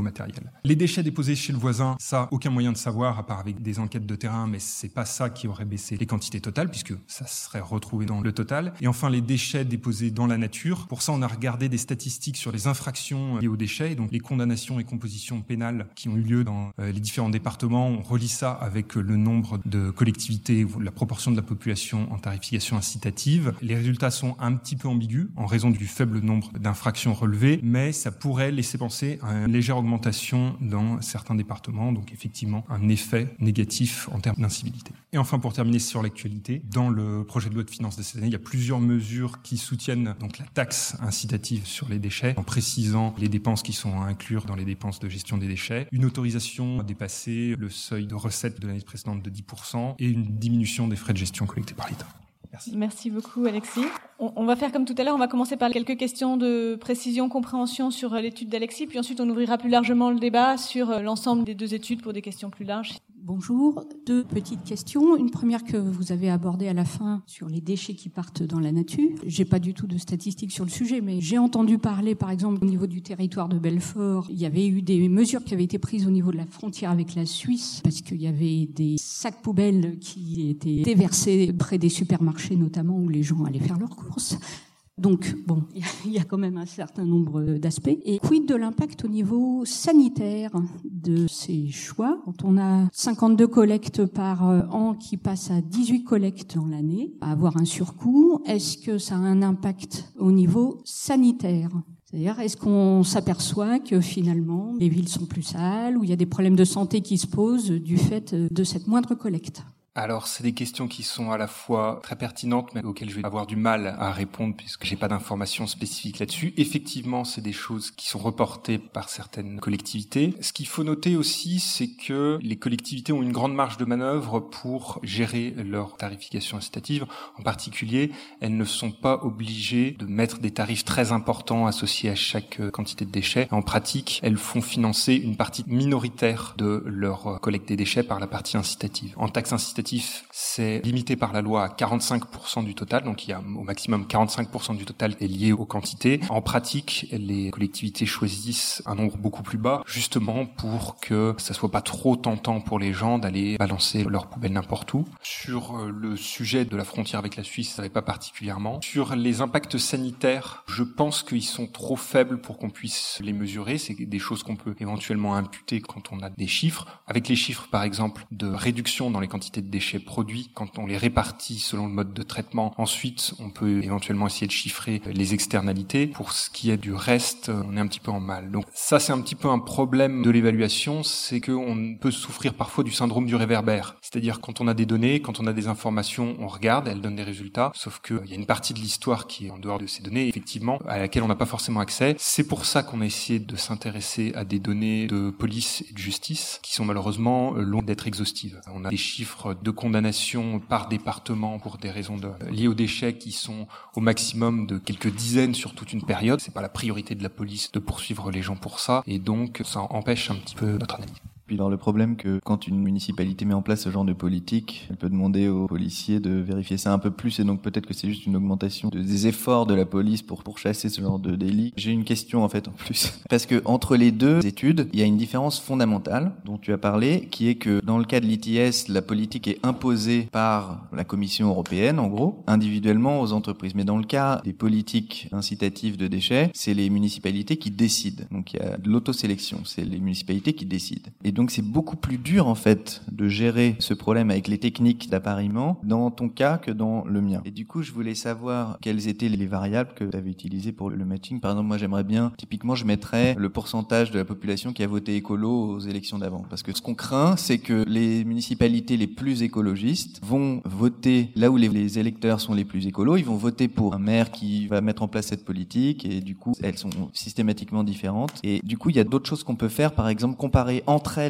nouveau matériel. Les déchets déposés chez le voisin, ça, aucun moyen de savoir, à part avec des enquêtes de terrain, mais c'est pas ça qui aurait baissé les quantités totales, puisque ça serait retrouvé dans le total. Et enfin, les déchets déposés dans la nature. Pour ça, on a regardé des statistiques sur les infractions liées aux déchets, et donc les condamnations et compositions pénales qui ont eu lieu dans les différents départements. On relie ça avec le nombre de collectivités, la proportion de la population en tarification incitative. Les résultats sont un petit peu ambigus en raison du faible nombre d'infractions relevées, mais ça pourrait laisser penser à une légère augmentation dans certains départements, donc effectivement un effet négatif en termes d'incivilité. Et enfin, pour terminer sur l'actualité, dans le projet de loi de finances de cette année, il y a plusieurs mesures qui soutiennent donc la taxe incitative sur les déchets, en précisant les dépenses qui sont à inclure dans les dépenses de gestion des déchets, une autorisation à dépasser le seuil de recettes de l'année précédente de 10% et une diminution des frais de gestion collectés par l'État. Merci. Merci beaucoup, Alexis. On va faire comme tout à l'heure, on va commencer par quelques questions de précision, compréhension sur l'étude d'Alexis, puis ensuite on ouvrira plus largement le débat sur l'ensemble des deux études pour des questions plus larges. Bonjour, deux petites questions. Une première que vous avez abordée à la fin sur les déchets qui partent dans la nature. J'ai pas du tout de statistiques sur le sujet, mais j'ai entendu parler, par exemple, au niveau du territoire de Belfort, il y avait eu des mesures qui avaient été prises au niveau de la frontière avec la Suisse, parce qu'il y avait des sacs poubelles qui étaient déversés près des supermarchés, notamment, où les gens allaient faire leurs courses. Donc, bon, il y a quand même un certain nombre d'aspects. Et quid de l'impact au niveau sanitaire de ces choix? Quand on a 52 collectes par an qui passent à 18 collectes dans l'année, à avoir un surcoût, est-ce que ça a un impact au niveau sanitaire? C'est-à-dire, est-ce qu'on s'aperçoit que finalement, les villes sont plus sales, ou il y a des problèmes de santé qui se posent du fait de cette moindre collecte? Alors, c'est des questions qui sont à la fois très pertinentes, mais auxquelles je vais avoir du mal à répondre puisque j'ai pas d'informations spécifiques là-dessus. Effectivement, c'est des choses qui sont reportées par certaines collectivités. Ce qu'il faut noter aussi, c'est que les collectivités ont une grande marge de manœuvre pour gérer leur tarification incitative. En particulier, elles ne sont pas obligées de mettre des tarifs très importants associés à chaque quantité de déchets. En pratique, elles font financer une partie minoritaire de leur collecte des déchets par la partie incitative. En taxe incitative, c'est limité par la loi à 45% du total, donc il y a au maximum 45% du total est lié aux quantités. En pratique, les collectivités choisissent un nombre beaucoup plus bas, justement pour que ça soit pas trop tentant pour les gens d'aller balancer leurs poubelles n'importe où. Sur le sujet de la frontière avec la Suisse, ça n'est pas particulièrement. Sur les impacts sanitaires, je pense qu'ils sont trop faibles pour qu'on puisse les mesurer. C'est des choses qu'on peut éventuellement imputer quand on a des chiffres. Avec les chiffres, par exemple, de réduction dans les quantités de déchets produits, quand on les répartit selon le mode de traitement, ensuite on peut éventuellement essayer de chiffrer les externalités. Pour ce qui est du reste, on est un petit peu en mal. Donc ça, c'est un petit peu un problème de l'évaluation, c'est qu'on peut souffrir parfois du syndrome du réverbère. C'est-à-dire quand on a des données, quand on a des informations, on regarde, elles donnent des résultats, sauf qu'il y a une partie de l'histoire qui est en dehors de ces données, effectivement, à laquelle on n'a pas forcément accès. C'est pour ça qu'on a essayé de s'intéresser à des données de police et de justice qui sont malheureusement loin d'être exhaustives. On a des chiffres de condamnation par département pour des raisons liées aux déchets qui sont au maximum de quelques dizaines sur toute une période. C'est pas la priorité de la police de poursuivre les gens pour ça, et donc ça empêche un petit peu notre analyse. Puis alors le problème que quand une municipalité met en place ce genre de politique, elle peut demander aux policiers de vérifier ça un peu plus, et donc peut-être que c'est juste une augmentation des efforts de la police pour chasser ce genre de délit. J'ai une question en fait en plus, parce que entre les deux études, il y a une différence fondamentale dont tu as parlé, qui est que dans le cas de l'ITS, la politique est imposée par la Commission européenne, en gros, individuellement aux entreprises. Mais dans le cas des politiques incitatives de déchets, c'est les municipalités qui décident. Donc il y a de l'autosélection, c'est les municipalités qui décident. Et donc c'est beaucoup plus dur en fait de gérer ce problème avec les techniques d'appariement dans ton cas que dans le mien. Et du coup, je voulais savoir quelles étaient les variables que tu avais utilisées pour le matching. Par exemple, moi j'aimerais bien, typiquement je mettrais le pourcentage de la population qui a voté écolo aux élections d'avant. Parce que ce qu'on craint, c'est que les municipalités les plus écologistes vont voter là où les électeurs sont les plus écolos. Ils vont voter pour un maire qui va mettre en place cette politique, et du coup elles sont systématiquement différentes. Et du coup, il y a d'autres choses qu'on peut faire, par exemple comparer entre elles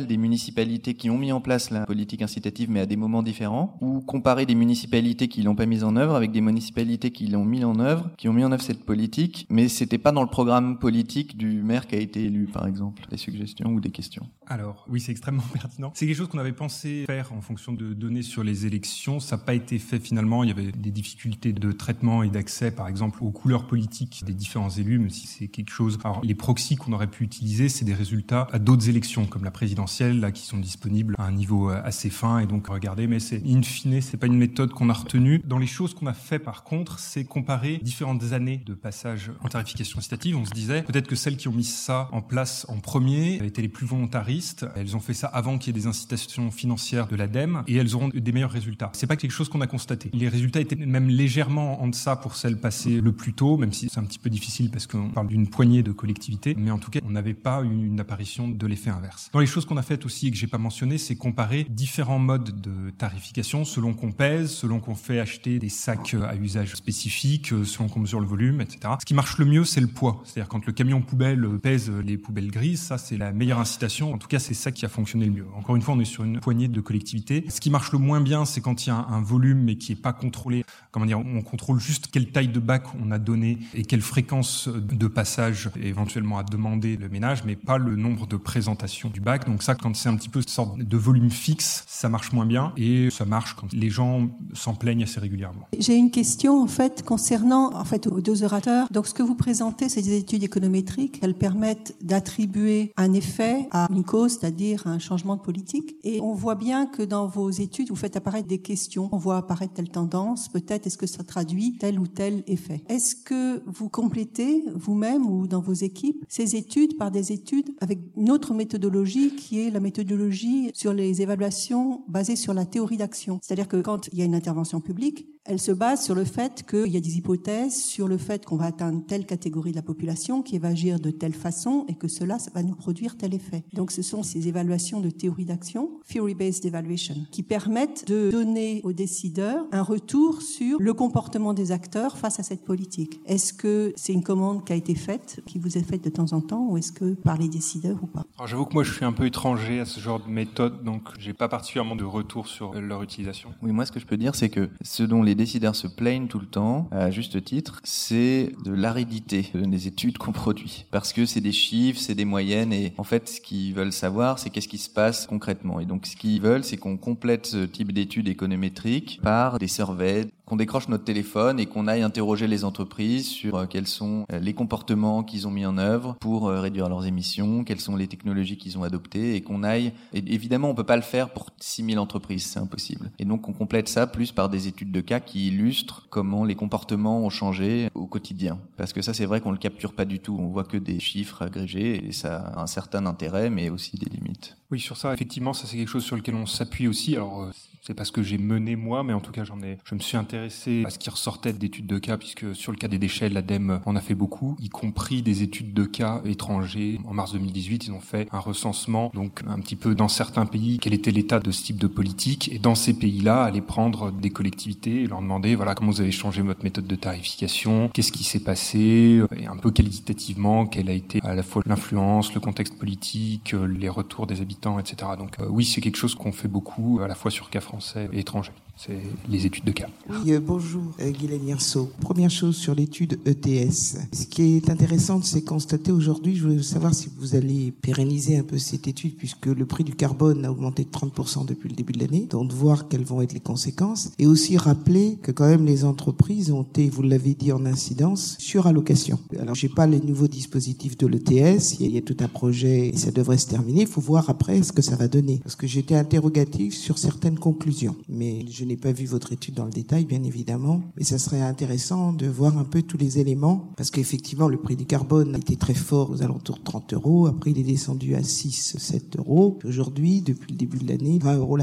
locales des municipalités qui ont mis en place la politique incitative, mais à des moments différents, ou comparer des municipalités qui l'ont pas mise en œuvre avec des municipalités qui l'ont mis en œuvre, qui ont mis en œuvre cette politique, mais c'était pas dans le programme politique du maire qui a été élu, par exemple. Des suggestions ou des questions? Alors, oui, c'est extrêmement pertinent. C'est quelque chose qu'on avait pensé faire en fonction de données sur les élections. Ça n'a pas été fait finalement. Il y avait des difficultés de traitement et d'accès, par exemple, aux couleurs politiques des différents élus, même si c'est quelque chose... Alors, les proxys qu'on aurait pu utiliser, c'est des résultats à d'autres élections, comme la présidentielle, là, qui sont disponibles à un niveau assez fin. Et donc, regardez, mais c'est, in fine, c'est pas une méthode qu'on a retenue. Dans les choses qu'on a fait, par contre, c'est comparer différentes années de passage en tarification incitative. On se disait, peut-être que celles qui ont mis ça en place en premier étaient les plus volontaristes. Elles ont fait ça avant qu'il y ait des incitations financières de l'ADEME et elles auront des meilleurs résultats. C'est pas quelque chose qu'on a constaté. Les résultats étaient même légèrement en deçà pour celles passées le plus tôt, même si c'est un petit peu difficile parce qu'on parle d'une poignée de collectivités. Mais en tout cas, on n'avait pas eu une apparition de l'effet inverse. Dans les choses qu'on a faites aussi et que j'ai pas mentionné, c'est comparer différents modes de tarification selon qu'on pèse, selon qu'on fait acheter des sacs à usage spécifique, selon qu'on mesure le volume, etc. Ce qui marche le mieux, c'est le poids. C'est-à-dire quand le camion poubelle pèse les poubelles grises, ça c'est la meilleure incitation. En tout cas, c'est ça qui a fonctionné le mieux. Encore une fois, on est sur une poignée de collectivités. Ce qui marche le moins bien, c'est quand il y a un volume mais qui est pas contrôlé. Comment dire, on contrôle juste quelle taille de bac on a donné et quelle fréquence de passage éventuellement à demander le ménage, mais pas le nombre de présentations du bac. Donc ça, quand c'est un petit peu une sorte de volume fixe, ça marche moins bien et ça marche quand les gens s'en plaignent assez régulièrement. J'ai une question en fait concernant aux deux orateurs. Donc ce que vous présentez, c'est des études économétriques. Elles permettent d'attribuer un effet à une cause, c'est-à-dire un changement de politique. Et on voit bien que dans vos études, vous faites apparaître des questions. On voit apparaître telle tendance. Peut-être est-ce que ça traduit tel ou tel effet. Est-ce que vous complétez vous-même ou dans vos équipes ces études par des études avec une autre méthodologie qui est la méthodologie sur les évaluations basées sur la théorie d'action. C'est-à-dire que quand il y a une intervention publique, elle se base sur le fait qu'il y a des hypothèses, sur le fait qu'on va atteindre telle catégorie de la population qui va agir de telle façon et que cela, ça va nous produire tel effet. Donc ce sont ces évaluations de théorie d'action, theory-based evaluation, qui permettent de donner aux décideurs un retour sur le comportement des acteurs face à cette politique. Est-ce que c'est une commande qui a été faite, qui vous est faite de temps en temps, ou est-ce que par les décideurs ou pas? Alors j'avoue que moi je suis un peu étranger à ce genre de méthode, donc j'ai pas particulièrement de retour sur leur utilisation. Oui, moi ce que je peux dire, c'est que ce dont les décideurs se plaignent tout le temps, à juste titre, c'est de l'aridité des études qu'on produit. Parce que c'est des chiffres, c'est des moyennes, et en fait, ce qu'ils veulent savoir, c'est qu'est-ce qui se passe concrètement. Et donc, ce qu'ils veulent, c'est qu'on complète ce type d'études économétriques par des surveys, qu'on décroche notre téléphone et qu'on aille interroger les entreprises sur quels sont les comportements qu'ils ont mis en œuvre pour réduire leurs émissions, quelles sont les technologies qu'ils ont adoptées, et qu'on aille... Et évidemment, on peut pas le faire pour 6000 entreprises, c'est impossible. Et donc, on complète ça plus par des études de cas qui illustrent comment les comportements ont changé au quotidien. Parce que ça, c'est vrai qu'on le capture pas du tout. On voit que des chiffres agrégés, et ça a un certain intérêt, mais aussi des limites. Oui, sur ça, effectivement, ça c'est quelque chose sur lequel on s'appuie aussi. Alors, c'est pas ce que j'ai mené moi, mais en tout cas, je me suis intéressé à ce qui ressortait d'études de cas, puisque sur le cas des déchets, l'ADEME en a fait beaucoup, y compris des études de cas étrangers. En mars 2018, ils ont fait un recensement, donc un petit peu dans certains pays, quel était l'état de ce type de politique, et dans ces pays-là, aller prendre des collectivités et leur demander, voilà, comment vous avez changé votre méthode de tarification, qu'est-ce qui s'est passé, et un peu qualitativement, quelle a été à la fois l'influence, le contexte politique, les retours des habitants, etc. Donc oui, c'est quelque chose qu'on fait beaucoup, à la fois sur cas français et étrangers. C'est les études de cas. Oui, bonjour, Guylaine Yerso. Première chose sur l'étude ETS. Ce qui est intéressant de c'est constater aujourd'hui, je voulais savoir si vous allez pérenniser un peu cette étude, puisque le prix du carbone a augmenté de 30% depuis le début de l'année, donc de voir quelles vont être les conséquences, et aussi rappeler que quand même les entreprises ont été, vous l'avez dit, en incidence sur allocation. Alors j'ai pas les nouveaux dispositifs de l'ETS, il y a tout un projet et ça devrait se terminer, il faut voir après ce que ça va donner, parce que j'étais interrogatif sur certaines conclusions, mais je n'ai pas vu votre étude dans le détail, bien évidemment, mais ça serait intéressant de voir un peu tous les éléments, parce qu'effectivement, le prix du carbone a été très fort aux alentours de 30 €, après il est descendu à 6-7 €, aujourd'hui, depuis le début de l'année, 20 € la tonne.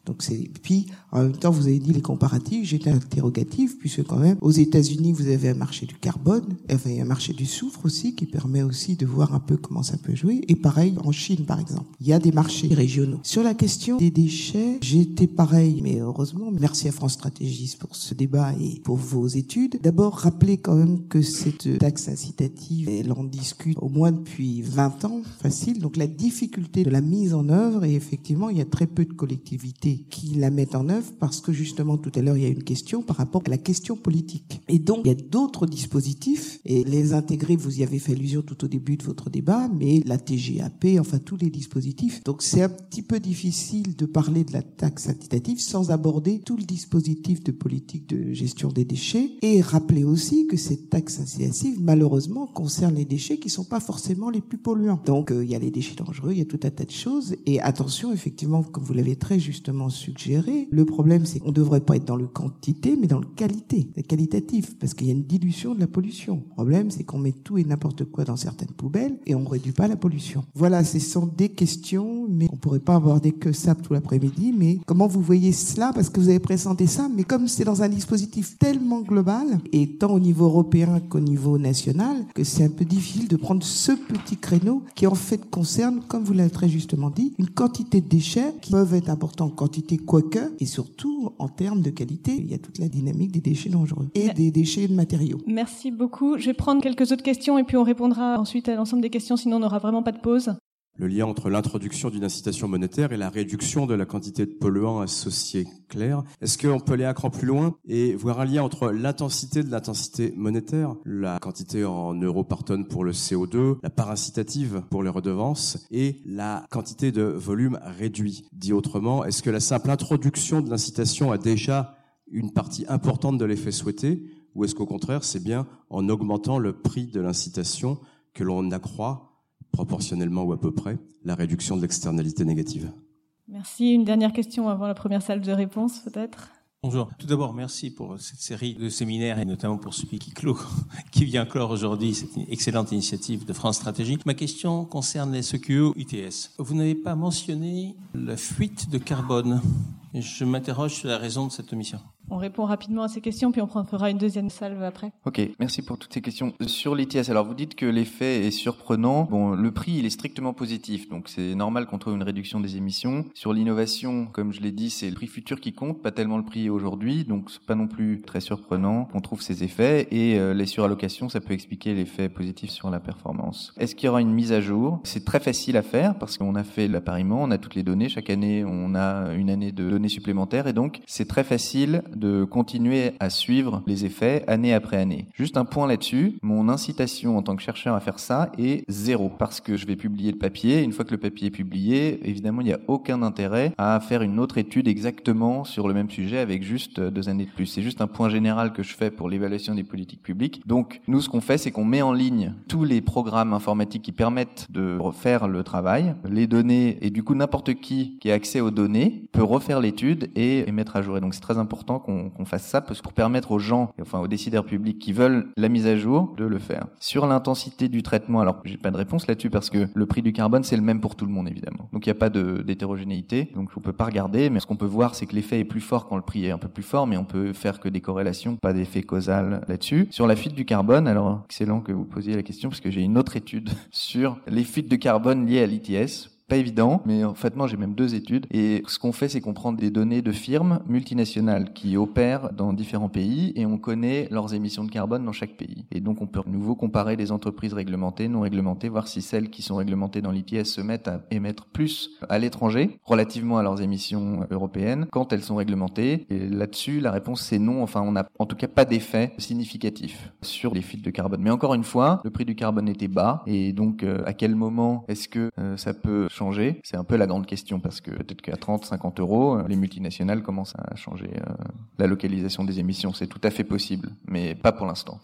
Donc puis en même temps vous avez dit les comparatifs, j'étais interrogatif puisque quand même aux États-Unis vous avez un marché du carbone, enfin un marché du soufre aussi qui permet aussi de voir un peu comment ça peut jouer, et pareil en Chine par exemple. Il y a des marchés régionaux. Sur la question des déchets, j'étais pareil, mais heureusement, merci à France Stratégie pour ce débat et pour vos études. D'abord, rappelez quand même que cette taxe incitative, elle en discute au moins depuis 20 ans, facile. Donc la difficulté de la mise en œuvre, et effectivement, il y a très peu de collectivités qui la mettent en œuvre parce que justement, tout à l'heure, il y a une question par rapport à la question politique. Et donc, il y a d'autres dispositifs, et les intégrer, vous y avez fait allusion tout au début de votre débat, mais la TGAP, enfin tous les dispositifs. Donc c'est un petit peu difficile de parler de la taxe incitative sans aborder tout le dispositif de politique de gestion des déchets, et rappeler aussi que cette taxe incitative, malheureusement, concerne les déchets qui sont pas forcément les plus polluants. Donc il y a les déchets dangereux, il y a tout un tas de choses, et attention, effectivement, comme vous l'avez très justement suggéré, le problème c'est qu'on devrait pas être dans le quantité, mais dans le qualité, le qualitatif, parce qu'il y a une dilution de la pollution. Le problème c'est qu'on met tout et n'importe quoi dans certaines poubelles et on réduit pas la pollution. Voilà, ce sont des questions, mais on pourrait pas aborder que ça tout l'après-midi, mais comment vous voyez cela? Parce que vous avez présenté ça, mais comme c'est dans un dispositif tellement global, et tant au niveau européen qu'au niveau national, que c'est un peu difficile de prendre ce petit créneau qui en fait concerne, comme vous l'avez très justement dit, une quantité de déchets qui peuvent être importants en quantité quoique, et surtout en termes de qualité. Il y a toute la dynamique des déchets dangereux et des déchets de matériaux. Merci beaucoup. Je vais prendre quelques autres questions et puis on répondra ensuite à l'ensemble des questions, sinon on n'aura vraiment pas de pause. Le lien entre l'introduction d'une incitation monétaire et la réduction de la quantité de polluants associés. Clair. Est-ce qu'on peut aller un cran plus loin et voir un lien entre l'intensité de l'intensité monétaire, la quantité en euros par tonne pour le CO2, la part incitative pour les redevances et la quantité de volume réduit? Dit autrement, est-ce que la simple introduction de l'incitation a déjà une partie importante de l'effet souhaité, ou est-ce qu'au contraire, c'est bien en augmentant le prix de l'incitation que l'on accroît proportionnellement ou à peu près la réduction de l'externalité négative? Merci. Une dernière question avant la première salle de réponse, peut-être. Bonjour. Tout d'abord, merci pour cette série de séminaires et notamment pour celui qui vient clore aujourd'hui cette excellente initiative de France Stratégie. Ma question concerne les SQO ITS. Vous n'avez pas mentionné la fuite de carbone. Je m'interroge sur la raison de cette omission. On répond rapidement à ces questions, puis on fera une deuxième salve après. Ok, merci pour toutes ces questions. Sur l'ITS, alors vous dites que l'effet est surprenant. Bon, le prix, il est strictement positif, donc c'est normal qu'on trouve une réduction des émissions. Sur l'innovation, comme je l'ai dit, c'est le prix futur qui compte, pas tellement le prix aujourd'hui, donc c'est pas non plus très surprenant qu'on trouve ces effets. Et les surallocations, ça peut expliquer l'effet positif sur la performance. Est-ce qu'il y aura une mise à jour? C'est très facile à faire parce qu'on a fait l'appariement, on a toutes les données. Chaque année, on a une année de données supplémentaires et donc c'est très facile de continuer à suivre les effets année après année. Juste un point là-dessus, mon incitation en tant que chercheur à faire ça est 0 parce que je vais publier le papier. Une fois que le papier est publié, évidemment, il n'y a aucun intérêt à faire une autre étude exactement sur le même sujet avec juste 2 années de plus. C'est juste un point général que je fais pour l'évaluation des politiques publiques. Donc, nous, ce qu'on fait, c'est qu'on met en ligne tous les programmes informatiques qui permettent de refaire le travail, les données, et du coup, n'importe qui a accès aux données peut refaire l'étude et mettre à jour. Et donc, c'est très important qu'on fasse ça pour permettre aux gens, enfin aux décideurs publics qui veulent la mise à jour, de le faire. Sur l'intensité du traitement, alors j'ai pas de réponse là-dessus parce que le prix du carbone c'est le même pour tout le monde évidemment. Donc il n'y a pas d'hétérogénéité, donc on peut pas regarder, mais ce qu'on peut voir c'est que l'effet est plus fort quand le prix est un peu plus fort, mais on peut faire que des corrélations, pas d'effet causal là-dessus. Sur la fuite du carbone, alors excellent que vous posiez la question parce que j'ai une autre étude sur les fuites de carbone liées à l'ITS. Pas évident, mais en fait, moi, j'ai même 2 études. Et ce qu'on fait, c'est qu'on prend des données de firmes multinationales qui opèrent dans différents pays et on connaît leurs émissions de carbone dans chaque pays. Et donc, on peut à nouveau comparer les entreprises réglementées, non réglementées, voir si celles qui sont réglementées dans l'ITS se mettent à émettre plus à l'étranger, relativement à leurs émissions européennes, quand elles sont réglementées. Et là-dessus, la réponse, c'est non. Enfin, on n'a en tout cas pas d'effet significatif sur les fuites de carbone. Mais encore une fois, le prix du carbone était bas. Et donc, à quel moment est-ce que ça peut changer? C'est un peu la grande question parce que peut-être qu'à 30-50 euros, les multinationales commencent à changer la localisation des émissions. C'est tout à fait possible, mais pas pour l'instant en tout cas.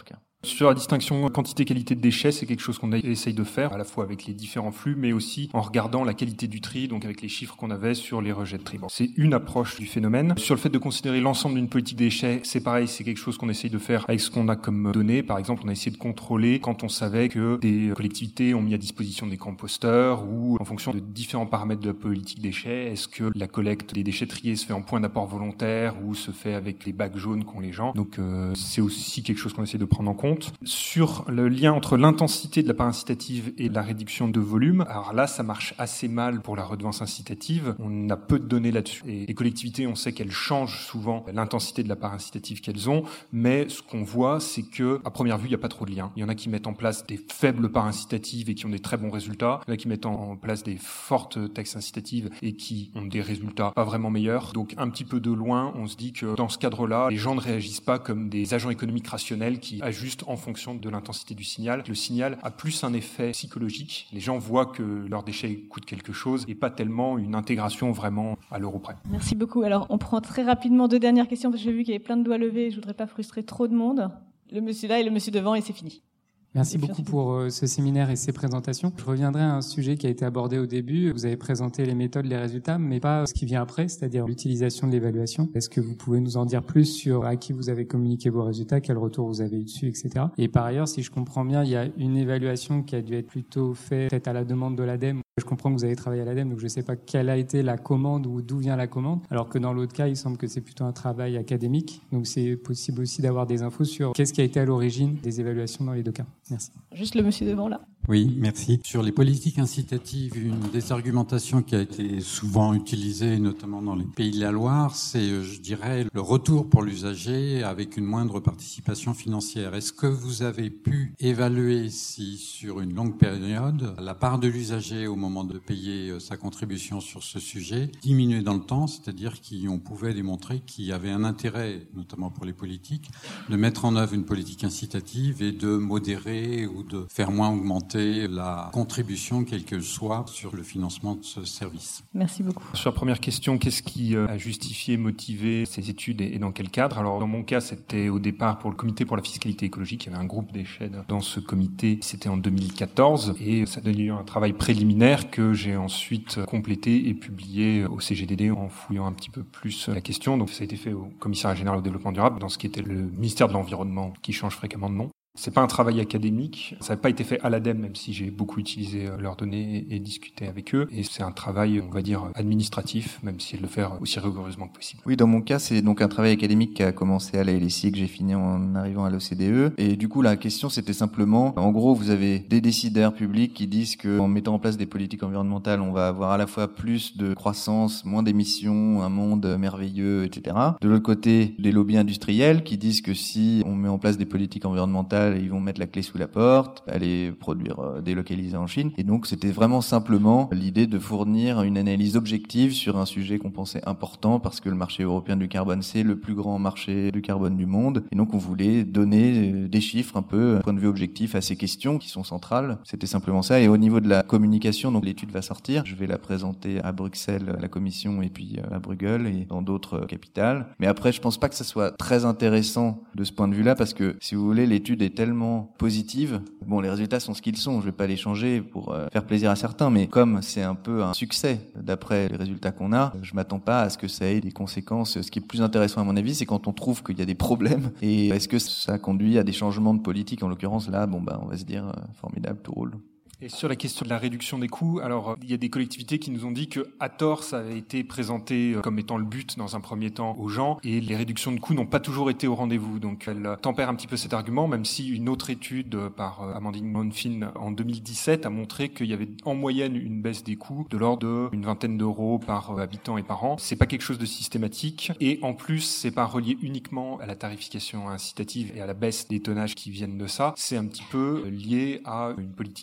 Sur la distinction quantité-qualité de déchets, c'est quelque chose qu'on essaye de faire, à la fois avec les différents flux, mais aussi en regardant la qualité du tri, donc avec les chiffres qu'on avait sur les rejets de tri. Bon, c'est une approche du phénomène. Sur le fait de considérer l'ensemble d'une politique déchets, c'est pareil, c'est quelque chose qu'on essaye de faire avec ce qu'on a comme données. Par exemple, on a essayé de contrôler quand on savait que des collectivités ont mis à disposition des composteurs ou en fonction de différents paramètres de la politique déchets, est-ce que la collecte des déchets triés se fait en point d'apport volontaire ou se fait avec les bacs jaunes qu'ont les gens. Donc c'est aussi quelque chose qu'on essaie de prendre en compte. Sur le lien entre l'intensité de la part incitative et la réduction de volume, alors là, ça marche assez mal pour la redevance incitative. On a peu de données là-dessus. Et les collectivités, on sait qu'elles changent souvent l'intensité de la part incitative qu'elles ont, mais ce qu'on voit, c'est que, à première vue, il n'y a pas trop de lien. Il y en a qui mettent en place des faibles parts incitatives et qui ont des très bons résultats. Il y en a qui mettent en place des fortes taxes incitatives et qui ont des résultats pas vraiment meilleurs. Donc, un petit peu de loin, on se dit que dans ce cadre-là, les gens ne réagissent pas comme des agents économiques rationnels qui ajustent en fonction de l'intensité du signal. Le signal a plus un effet psychologique. Les gens voient que leurs déchets coûtent quelque chose et pas tellement une intégration vraiment à l'euro près. Merci beaucoup. Alors, on prend très rapidement 2 dernières questions parce que j'ai vu qu'il y avait plein de doigts levés. Je voudrais pas frustrer trop de monde. Le monsieur là et le monsieur devant et c'est fini. Merci beaucoup pour ce séminaire et ces présentations. Je reviendrai à un sujet qui a été abordé au début. Vous avez présenté les méthodes, les résultats, mais pas ce qui vient après, c'est-à-dire l'utilisation de l'évaluation. Est-ce que vous pouvez nous en dire plus sur à qui vous avez communiqué vos résultats, quel retour vous avez eu dessus, etc. Et par ailleurs, si je comprends bien, il y a une évaluation qui a dû être plutôt faite à la demande de l'ADEME. Je comprends que vous avez travaillé à l'ADEME, donc je ne sais pas quelle a été la commande ou d'où vient la commande, alors que dans l'autre cas, il semble que c'est plutôt un travail académique. Donc c'est possible aussi d'avoir des infos sur qu'est-ce qui a été à l'origine des évaluations dans les 2 cas. Merci. Juste le monsieur devant là. Oui, merci. Sur les politiques incitatives, une des argumentations qui a été souvent utilisée, notamment dans les Pays de la Loire, c'est, je dirais, le retour pour l'usager avec une moindre participation financière. Est-ce que vous avez pu évaluer si, sur une longue période, la part de l'usager au moment de payer sa contribution sur ce sujet diminuait dans le temps, c'est-à-dire qu'on pouvait démontrer qu'il y avait un intérêt, notamment pour les politiques, de mettre en œuvre une politique incitative et de modérer ou de faire moins augmenter la contribution, quelle qu'elle soit, sur le financement de ce service. Merci beaucoup. Sur la première question, qu'est-ce qui a justifié, motivé ces études et dans quel cadre? Alors, dans mon cas, c'était au départ pour le comité pour la fiscalité écologique. Il y avait un groupe d'échelle dans ce comité. C'était en 2014 et ça a donné un travail préliminaire que j'ai ensuite complété et publié au CGDD en fouillant un petit peu plus la question. Donc, ça a été fait au Commissariat général au développement durable, dans ce qui était le ministère de l'Environnement, qui change fréquemment de nom. C'est pas un travail académique, ça n'a pas été fait à l'ADEME, même si j'ai beaucoup utilisé leurs données et discuté avec eux. Et c'est un travail, on va dire, administratif, même si le faire aussi rigoureusement que possible. Oui, dans mon cas, c'est donc un travail académique qui a commencé à la LSI, que j'ai fini en arrivant à l'OCDE. Et du coup, la question, c'était simplement, en gros, vous avez des décideurs publics qui disent que en mettant en place des politiques environnementales, on va avoir à la fois plus de croissance, moins d'émissions, un monde merveilleux, etc. De l'autre côté, des lobbies industriels qui disent que si on met en place des politiques environnementales, ils vont mettre la clé sous la porte, aller produire délocaliser en Chine. Et donc, c'était vraiment simplement l'idée de fournir une analyse objective sur un sujet qu'on pensait important parce que le marché européen du carbone, c'est le plus grand marché du carbone du monde. Et donc, on voulait donner des chiffres un peu, point de vue objectif à ces questions qui sont centrales. C'était simplement ça. Et au niveau de la communication, donc l'étude va sortir. Je vais la présenter à Bruxelles, à la Commission, et puis à Bruegel et dans d'autres capitales. Mais après, je pense pas que ça soit très intéressant de ce point de vue-là parce que, si vous voulez, l'étude est tellement positive. Bon, les résultats sont ce qu'ils sont. Je vais pas les changer pour faire plaisir à certains, mais comme c'est un peu un succès d'après les résultats qu'on a, je m'attends pas à ce que ça ait des conséquences. Ce qui est plus intéressant à mon avis, c'est quand on trouve qu'il y a des problèmes et est-ce que ça conduit à des changements de politique. En l'occurrence, là, on va se dire formidable, tout roule. Et sur la question de la réduction des coûts, alors il y a des collectivités qui nous ont dit que à tort ça avait été présenté comme étant le but dans un premier temps aux gens et les réductions de coûts n'ont pas toujours été au rendez-vous. Donc elle tempère un petit peu cet argument, même si une autre étude par Amandine Monfils en 2017 a montré qu'il y avait en moyenne une baisse des coûts de l'ordre d'une vingtaine d'euros par habitant et par an. C'est pas quelque chose de systématique et en plus c'est pas relié uniquement à la tarification incitative et à la baisse des tonnages qui viennent de ça. C'est un petit peu lié à une politique déchets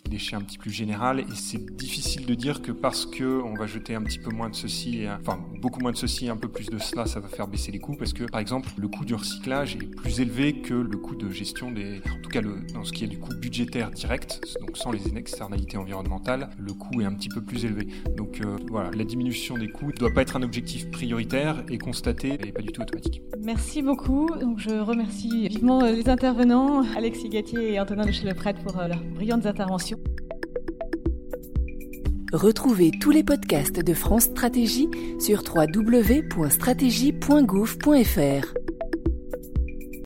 petit peu plus générale, et c'est difficile de dire que parce que on va jeter un petit peu moins de ceci, beaucoup moins de ceci, un peu plus de cela, ça va faire baisser les coûts, parce que par exemple le coût du recyclage est plus élevé que le coût de gestion en tout cas dans ce qui est du coût budgétaire direct, donc sans les externalités environnementales, le coût est un petit peu plus élevé. Donc voilà, la diminution des coûts ne doit pas être un objectif prioritaire et constaté, elle n'est pas du tout automatique. Merci beaucoup. Donc je remercie vivement les intervenants, Alexis Gatier et Antonin de Chez-le-Prêtre, pour leurs brillantes interventions. Retrouvez tous les podcasts de France Stratégie sur www.stratégie.gouv.fr.